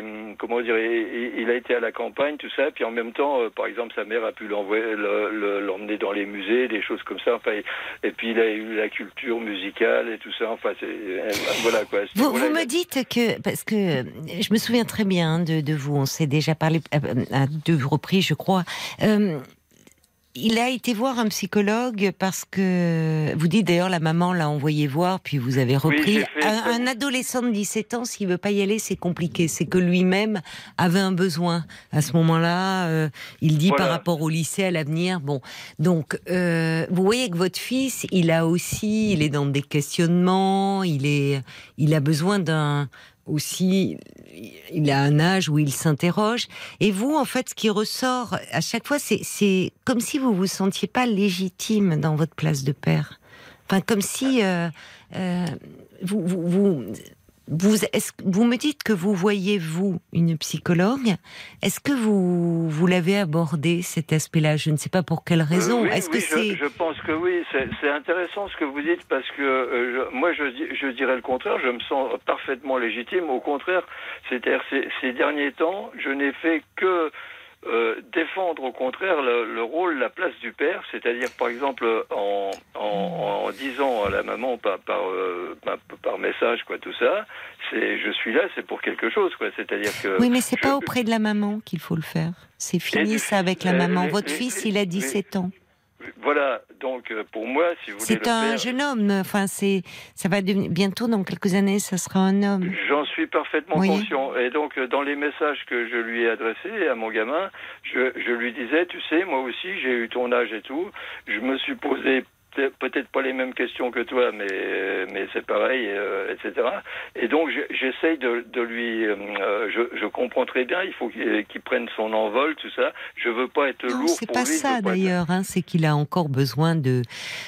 il a été à la campagne, tout ça, puis en même temps, par exemple, sa mère a pu l'emmener dans les musées, des choses comme ça, enfin, et puis il a eu la culture musicale et tout ça, enfin, voilà, quoi. Vous me dites que, parce que je me souviens très bien de vous, on s'est déjà parlé à 2 reprises, je crois. Il a été voir un psychologue parce que, vous dites d'ailleurs, la maman l'a envoyé voir, puis vous avez repris. Oui, un adolescent de 17 ans, s'il veut pas y aller, c'est compliqué. C'est que lui-même avait un besoin. À ce moment-là, il dit par rapport au lycée, à l'avenir. Bon. Donc, vous voyez que votre fils, il est dans des questionnements, il a besoin aussi, il a un âge où il s'interroge. Et vous, en fait, ce qui ressort à chaque fois, c'est comme si vous vous sentiez pas légitime dans votre place de père. Enfin, comme si vous me dites que vous voyez, vous, une psychologue. Est-ce que vous l'avez abordé, cet aspect-là? Je ne sais pas pour quelle raison. Je pense que oui. C'est intéressant ce que vous dites parce que moi, je dirais le contraire. Je me sens parfaitement légitime. Au contraire, c'est-à-dire ces derniers temps, je n'ai fait que défendre au contraire le rôle, la place du père, c'est-à-dire par exemple en disant à la maman par message, quoi, tout ça, je suis là, c'est pour quelque chose, quoi, c'est-à-dire que... Oui, mais c'est pas auprès de la maman qu'il faut le faire. C'est fini ça avec la maman. Votre fils, il a 17 ans. Voilà, donc pour moi, si vous voulez, c'est un jeune homme. Enfin, ça va bientôt, dans quelques années, ça sera un homme. J'en suis parfaitement conscient. Et donc, dans les messages que je lui ai adressés à mon gamin, je lui disais, tu sais, moi aussi, j'ai eu ton âge et tout. Je me suis posé peut-être pas les mêmes questions que toi, mais c'est pareil, etc. Et donc j'essaye de lui, je comprends très bien, il faut qu'il prenne son envol, tout ça. Je veux pas être Non, lourd c'est pour pas lui. ça d'ailleurs, c'est qu'il a encore besoin de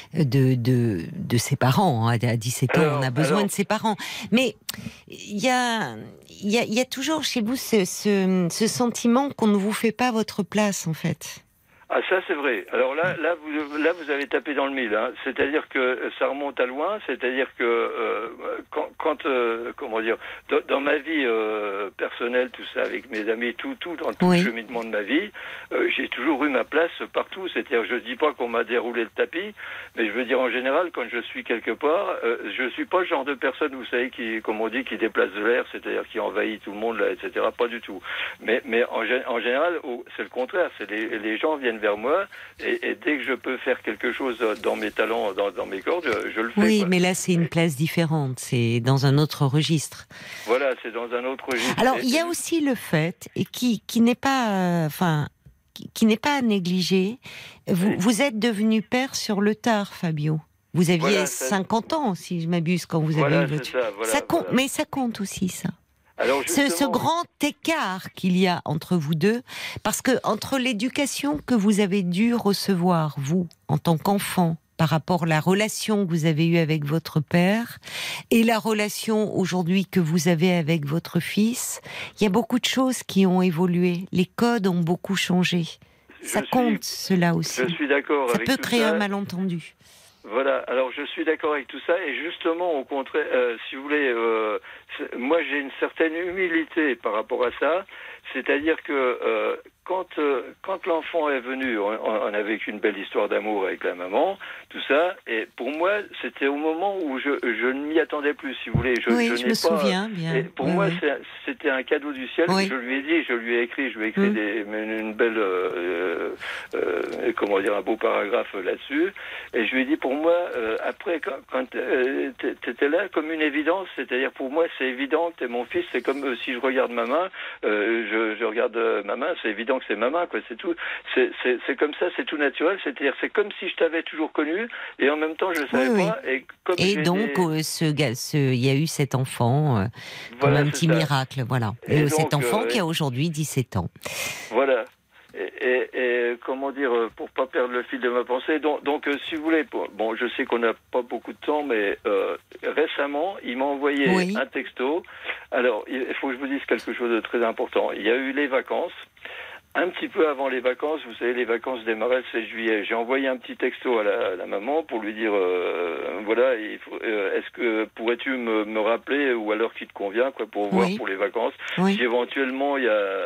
ses parents. À 17 ans, on a besoin de ses parents. Mais il y a toujours chez vous ce sentiment qu'on ne vous fait pas votre place, en fait. Ah, ça c'est vrai. Alors là vous avez tapé dans le mille. Hein. C'est-à-dire que ça remonte à loin. C'est-à-dire que comment dire, dans ma vie personnelle, tout ça, avec mes amis, tout dans tout le cheminement de ma vie, j'ai toujours eu ma place partout. C'est-à-dire, je dis pas qu'on m'a déroulé le tapis, mais je veux dire en général, quand je suis quelque part, je suis pas le genre de personne, vous savez, qui, comme on dit, qui déplace de l'air, c'est-à-dire qui envahit tout le monde, là, etc. Pas du tout. Mais en général, c'est le contraire. C'est les gens viennent vers moi et dès que je peux faire quelque chose dans mes talents, dans mes cordes, je le fais. Oui, mais là c'est une place différente, c'est dans un autre registre. Voilà, c'est dans un autre registre. Alors il y a aussi le fait, et qui n'est pas, qui n'est pas à négliger. Vous êtes devenu père sur le tard, Fabio. Vous aviez 50 ans, si je m'abuse, quand vous avez eu votre... Ça compte, mais ça compte aussi, ça. Alors ce grand écart qu'il y a entre vous deux, parce que entre l'éducation que vous avez dû recevoir, vous, en tant qu'enfant, par rapport à la relation que vous avez eue avec votre père, et la relation aujourd'hui que vous avez avec votre fils, il y a beaucoup de choses qui ont évolué. Les codes ont beaucoup changé. Ça compte, cela aussi. Je suis d'accord avec tout ça. Ça peut créer un malentendu. Voilà, alors je suis d'accord avec tout ça, et justement, au contraire, si vous voulez, moi j'ai une certaine humilité par rapport à ça, c'est-à-dire que quand l'enfant est venu, on a vécu une belle histoire d'amour avec la maman, tout ça, et pour moi, c'était au moment où je ne m'y attendais plus, si vous voulez. Je me souviens bien. Et pour moi, c'était un cadeau du ciel. Je lui ai dit, je lui ai écrit une belle, comment dire, un beau paragraphe là-dessus, et je lui ai dit, pour moi, après, quand t'étais là, comme une évidence, c'est-à-dire pour moi, c'est évident que t'es mon fils, c'est comme si je regarde ma main, je regarde ma main, c'est évident que c'est ma main, quoi, c'est tout. C'est comme ça, c'est tout naturel, c'est-à-dire c'est comme si je t'avais toujours connu, et en même temps je ne savais pas. Et donc, il y a eu cet enfant, comme un petit miracle, voilà. Et cet enfant qui a aujourd'hui 17 ans. Voilà. Et comment dire, pour pas perdre le fil de ma pensée, donc si vous voulez, bon, je sais qu'on n'a pas beaucoup de temps, mais récemment, il m'a envoyé un texto. Alors, il faut que je vous dise quelque chose de très important. Il y a eu les vacances. Un petit peu avant les vacances, vous savez, les vacances démarraient le 16 juillet. J'ai envoyé un petit texto à la maman pour lui dire, voilà, est-ce que pourrais-tu me rappeler ou à l'heure qui te convient, quoi, pour voir pour les vacances. Si éventuellement il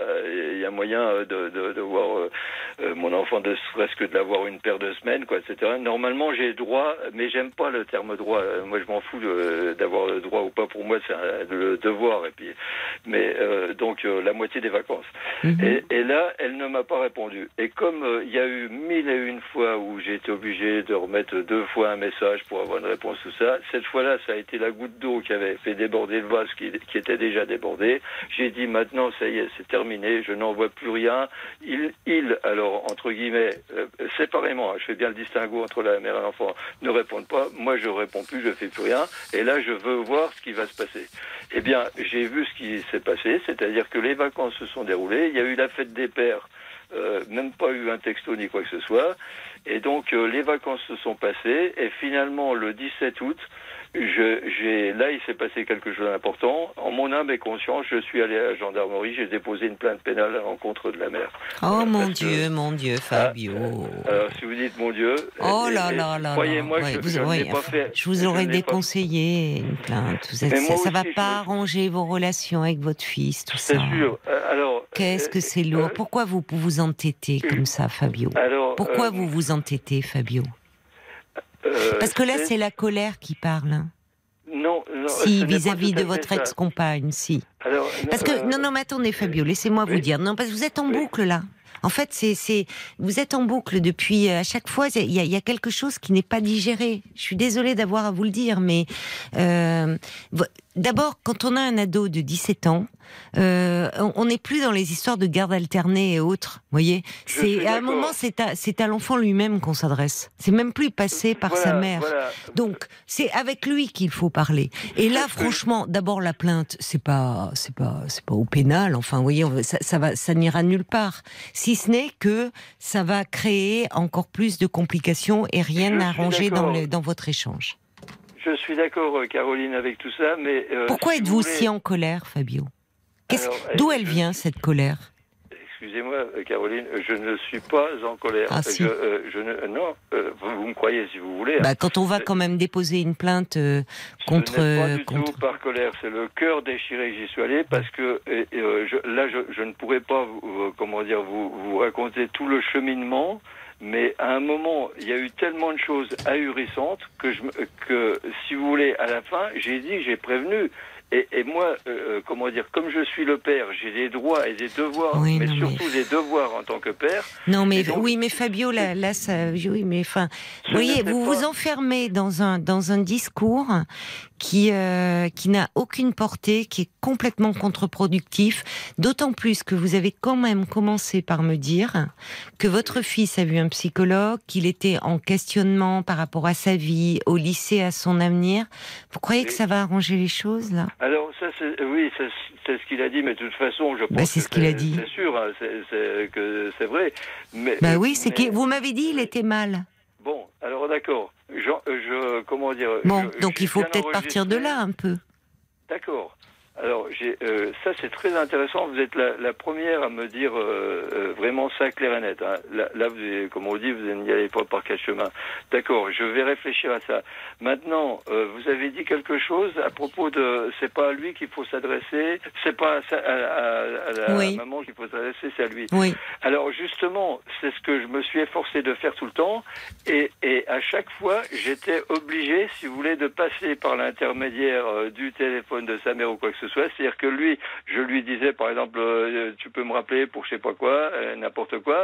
y a moyen de voir mon enfant, de serait-ce que de l'avoir une paire de semaines, quoi, etc. Normalement, j'ai droit, mais j'aime pas le terme droit. Moi, je m'en fous d'avoir le droit ou pas. Pour moi, c'est le devoir. Et puis, mais donc la moitié des vacances. Et là, elle ne m'a pas répondu. Et comme il y a eu 1001 fois où j'ai été obligé de remettre 2 fois un message pour avoir une réponse, tout ça, cette fois-là, ça a été la goutte d'eau qui avait fait déborder le vase qui était déjà débordé. J'ai dit maintenant, ça y est, c'est terminé, je n'en vois plus rien. Alors, entre guillemets, séparément, je fais bien le distinguo entre la mère et l'enfant, ne répondent pas. Moi, je réponds plus, je fais plus rien. Et là, je veux voir ce qui va se passer. Eh bien, j'ai vu ce qui s'est passé, c'est-à-dire que les vacances se sont déroulées. Il y a eu la fête des pères. Même pas eu un texto ni quoi que ce soit, et donc les vacances se sont passées, et finalement le 17 août, là il s'est passé quelque chose d'important. En mon âme et conscience, je suis allé à la gendarmerie, j'ai déposé une plainte pénale à l'encontre de la mère. Oh mon Dieu, Fabio. Alors si vous dites mon Dieu, croyez-moi, je vous aurais déconseillé une plainte. Ça va pas arranger vos relations avec votre fils, tout ça. C'est sûr. Alors, qu'est-ce que c'est lourd. Pourquoi vous vous entêtez comme ça, Fabio? Pourquoi vous vous entêtez, Fabio? Parce que là, c'est la colère qui parle. Hein. Non. Si, vis-à-vis de votre ex-compagne, si. Parce que, non, mais attendez, Fabio, laissez-moi vous dire. Non, parce que vous êtes en boucle, là. En fait, vous êtes en boucle depuis, à chaque fois, il y a quelque chose qui n'est pas digéré. Je suis désolée d'avoir à vous le dire, mais d'abord, quand on a un ado de 17 ans, on n'est plus dans les histoires de garde alternée et autres. Vous voyez, à un moment, c'est à l'enfant lui-même qu'on s'adresse. C'est même plus passé par sa mère. Voilà. Donc, c'est avec lui qu'il faut parler. Et là, franchement, d'abord la plainte, c'est pas au pénal. Enfin, vous voyez, ça n'ira nulle part. Si ce n'est que ça va créer encore plus de complications et rien n'arranger dans votre échange. Je suis d'accord, Caroline, avec tout ça, mais... Pourquoi êtes-vous si en colère, Fabio ? D'où elle vient, cette colère ? Excusez-moi, Caroline, je ne suis pas en colère. Ah, si. Non, vous me croyez si vous voulez. Quand on va quand même déposer une plainte contre... Ce n'est pas du tout par colère, c'est le cœur déchiré que j'y suis allé, parce que je ne pourrais pas vous raconter tout le cheminement. Mais à un moment, il y a eu tellement de choses ahurissantes que, si vous voulez, à la fin, j'ai prévenu. Et moi, comme je suis le père, j'ai des droits et des devoirs, mais surtout des devoirs en tant que père. Non, mais donc, oui, mais Fabio, là, ça, oui, mais enfin, vous voyez, vous enfermez dans un discours qui n'a aucune portée, qui est complètement contre-productif, d'autant plus que vous avez quand même commencé par me dire que votre fils a vu un psychologue, qu'il était en questionnement par rapport à sa vie, au lycée, à son avenir. Vous croyez que ça va arranger les choses, là ? Alors, c'est ce qu'il a dit, mais de toute façon, je pense c'est ce qu'il a dit. C'est sûr, hein, que c'est vrai. Mais, vous m'avez dit il était mal. Bon, alors d'accord. Donc il faut peut-être partir de là un peu. D'accord. Alors, ça c'est très intéressant. Vous êtes la première à me dire vraiment ça clair et net. Hein. Là, comme on dit, vous n'y allez pas par quatre chemins. D'accord, je vais réfléchir à ça. Maintenant, vous avez dit quelque chose à propos de... C'est pas à lui qu'il faut s'adresser, c'est pas à la maman qu'il faut s'adresser, c'est à lui. Oui. Alors justement, c'est ce que je me suis efforcé de faire tout le temps. Et à chaque fois, j'étais obligé, si vous voulez, de passer par l'intermédiaire du téléphone de sa mère ou quoi que ce soit. C'est-à-dire que lui, je lui disais par exemple, tu peux me rappeler pour je sais pas quoi, n'importe quoi.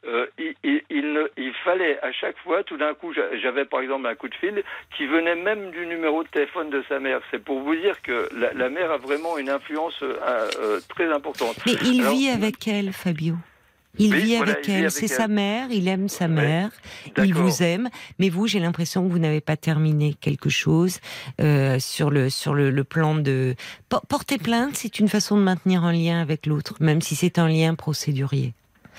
Il fallait à chaque fois, tout d'un coup, j'avais par exemple un coup de fil qui venait même du numéro de téléphone de sa mère. C'est pour vous dire que la mère a vraiment une influence très importante. Mais il vit avec elle, Fabio. Il vit avec elle, c'est sa mère, il aime sa mère, il vous aime, mais vous, j'ai l'impression que vous n'avez pas terminé quelque chose sur le plan de... Porter plainte, c'est une façon de maintenir un lien avec l'autre, même si c'est un lien procédurier.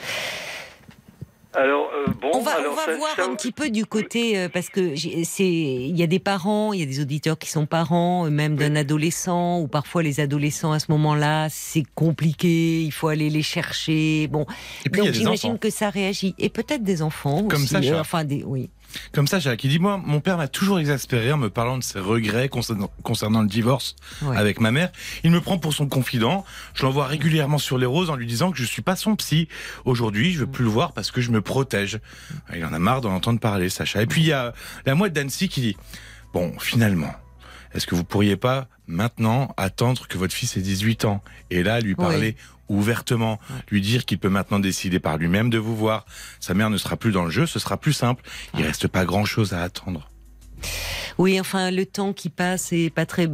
Alors, on va voir un petit peu du côté, parce que il y a des parents, il y a des auditeurs qui sont parents, même d'un adolescent, ou parfois les adolescents à ce moment-là, c'est compliqué, il faut aller les chercher, bon. Et puis, donc j'imagine que ça réagit. Et peut-être des enfants comme aussi. Sacha. Oui. Comme Sacha, qui dit, moi, mon père m'a toujours exaspéré en me parlant de ses regrets concernant le divorce avec ma mère. Il me prend pour son confident. Je l'envoie régulièrement sur les roses en lui disant que je suis pas son psy. Aujourd'hui, je veux plus le voir parce que je me protège. Il en a marre d'en entendre parler, Sacha. Et puis, il y a la mouette d'Annecy qui dit, bon, finalement, est-ce que vous pourriez pas maintenant attendre que votre fils ait 18 ans et là lui parler ouvertement, lui dire qu'il peut maintenant décider par lui-même de vous voir. Sa mère ne sera plus dans le jeu, ce sera plus simple. Il reste pas grand-chose à attendre. Oui, enfin, le temps qui passe est pas très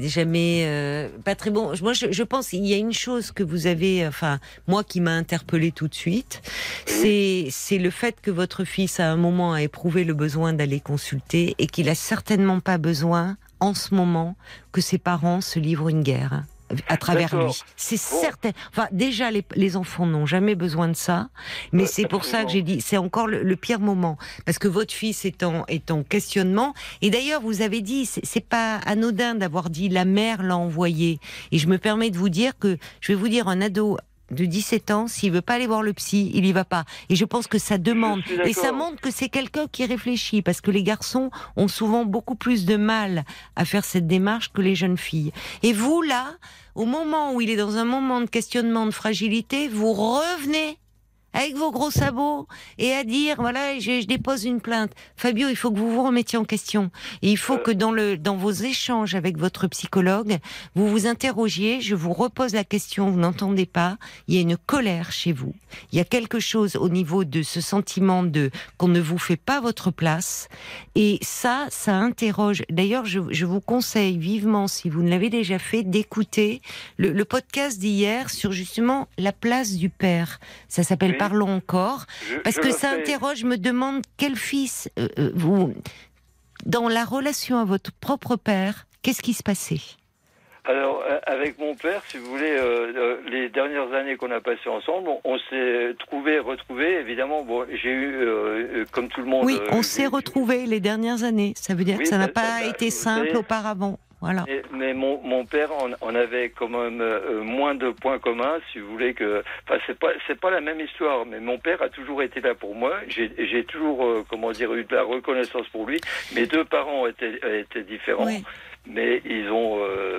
bon. Moi, je pense qu'il y a une chose que vous avez, moi qui m'a interpellée tout de suite, c'est le fait que votre fils, à un moment, a éprouvé le besoin d'aller consulter et qu'il a certainement pas besoin, en ce moment, que ses parents se livrent une guerre à travers lui. C'est certain. Enfin, déjà, les enfants n'ont jamais besoin de ça, mais c'est pour ça que j'ai dit, c'est encore le pire moment, parce que votre fils est en questionnement. Et d'ailleurs, vous avez dit, c'est pas anodin d'avoir dit la mère l'a envoyé. Et je me permets de vous dire que, je vais vous dire, un ado de 17 ans, s'il veut pas aller voir le psy, il y va pas. Et je pense que ça demande, et ça montre que c'est quelqu'un qui réfléchit, parce que les garçons ont souvent beaucoup plus de mal à faire cette démarche que les jeunes filles. Et vous, là, au moment où il est dans un moment de questionnement, de fragilité, vous revenez avec vos gros sabots et à dire voilà, je dépose une plainte. Fabio, il faut que vous vous remettiez en question. Et il faut que dans vos échanges avec votre psychologue, vous vous interrogiez. Je vous repose la question, vous n'entendez pas. Il y a une colère chez vous. Il y a quelque chose au niveau de ce sentiment de qu'on ne vous fait pas votre place. Et ça interroge. D'ailleurs, je vous conseille vivement, si vous ne l'avez déjà fait, d'écouter le podcast d'hier sur justement la place du père. Ça s'appelle Parlons encore, parce que ça interroge, je me demande quel fils, vous, dans la relation à votre propre père, qu'est-ce qui se passait ? Alors, avec mon père, si vous voulez, les dernières années qu'on a passées ensemble, on s'est retrouvés, évidemment, bon, j'ai eu, comme tout le monde... Oui, on s'est retrouvés les dernières années, ça veut dire que ça n'a pas été simple auparavant. Voilà. Mais mon père en avait quand même moins de points communs, si vous voulez que. Enfin, c'est pas la même histoire. Mais mon père a toujours été là pour moi. J'ai toujours eu de la reconnaissance pour lui. Mes deux parents étaient différents. Oui. Mais ils ont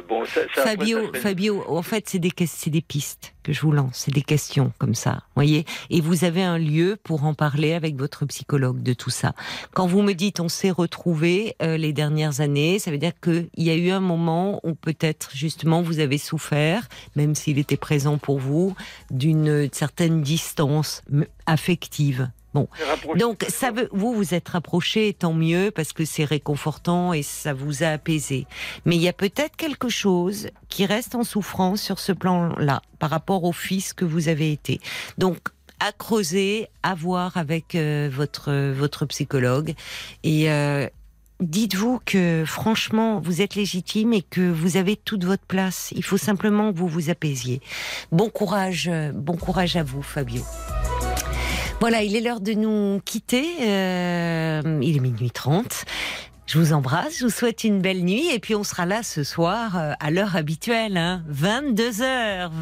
Fabio, en fait, c'est des pistes que je vous lance, c'est des questions comme ça, voyez. Et vous avez un lieu pour en parler avec votre psychologue de tout ça. Quand vous me dites on s'est retrouvés les dernières années, ça veut dire qu'il y a eu un moment où peut-être justement vous avez souffert, même s'il était présent pour vous, d'une certaine distance affective. Bon, donc vous êtes rapprochés, tant mieux, parce que c'est réconfortant et ça vous a apaisé. Mais il y a peut-être quelque chose qui reste en souffrance sur ce plan-là, par rapport au fils que vous avez été. Donc, à creuser, à voir avec votre psychologue. Et dites-vous que, franchement, vous êtes légitime et que vous avez toute votre place. Il faut simplement que vous vous apaisiez. Bon courage à vous, Fabio. Voilà, il est l'heure de nous quitter. Il est 00h30. Je vous embrasse, je vous souhaite une belle nuit. Et puis on sera là ce soir à l'heure habituelle, 22h,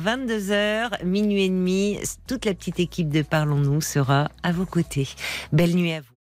00h, 00h30. Toute la petite équipe de Parlons-nous sera à vos côtés. Belle nuit à vous.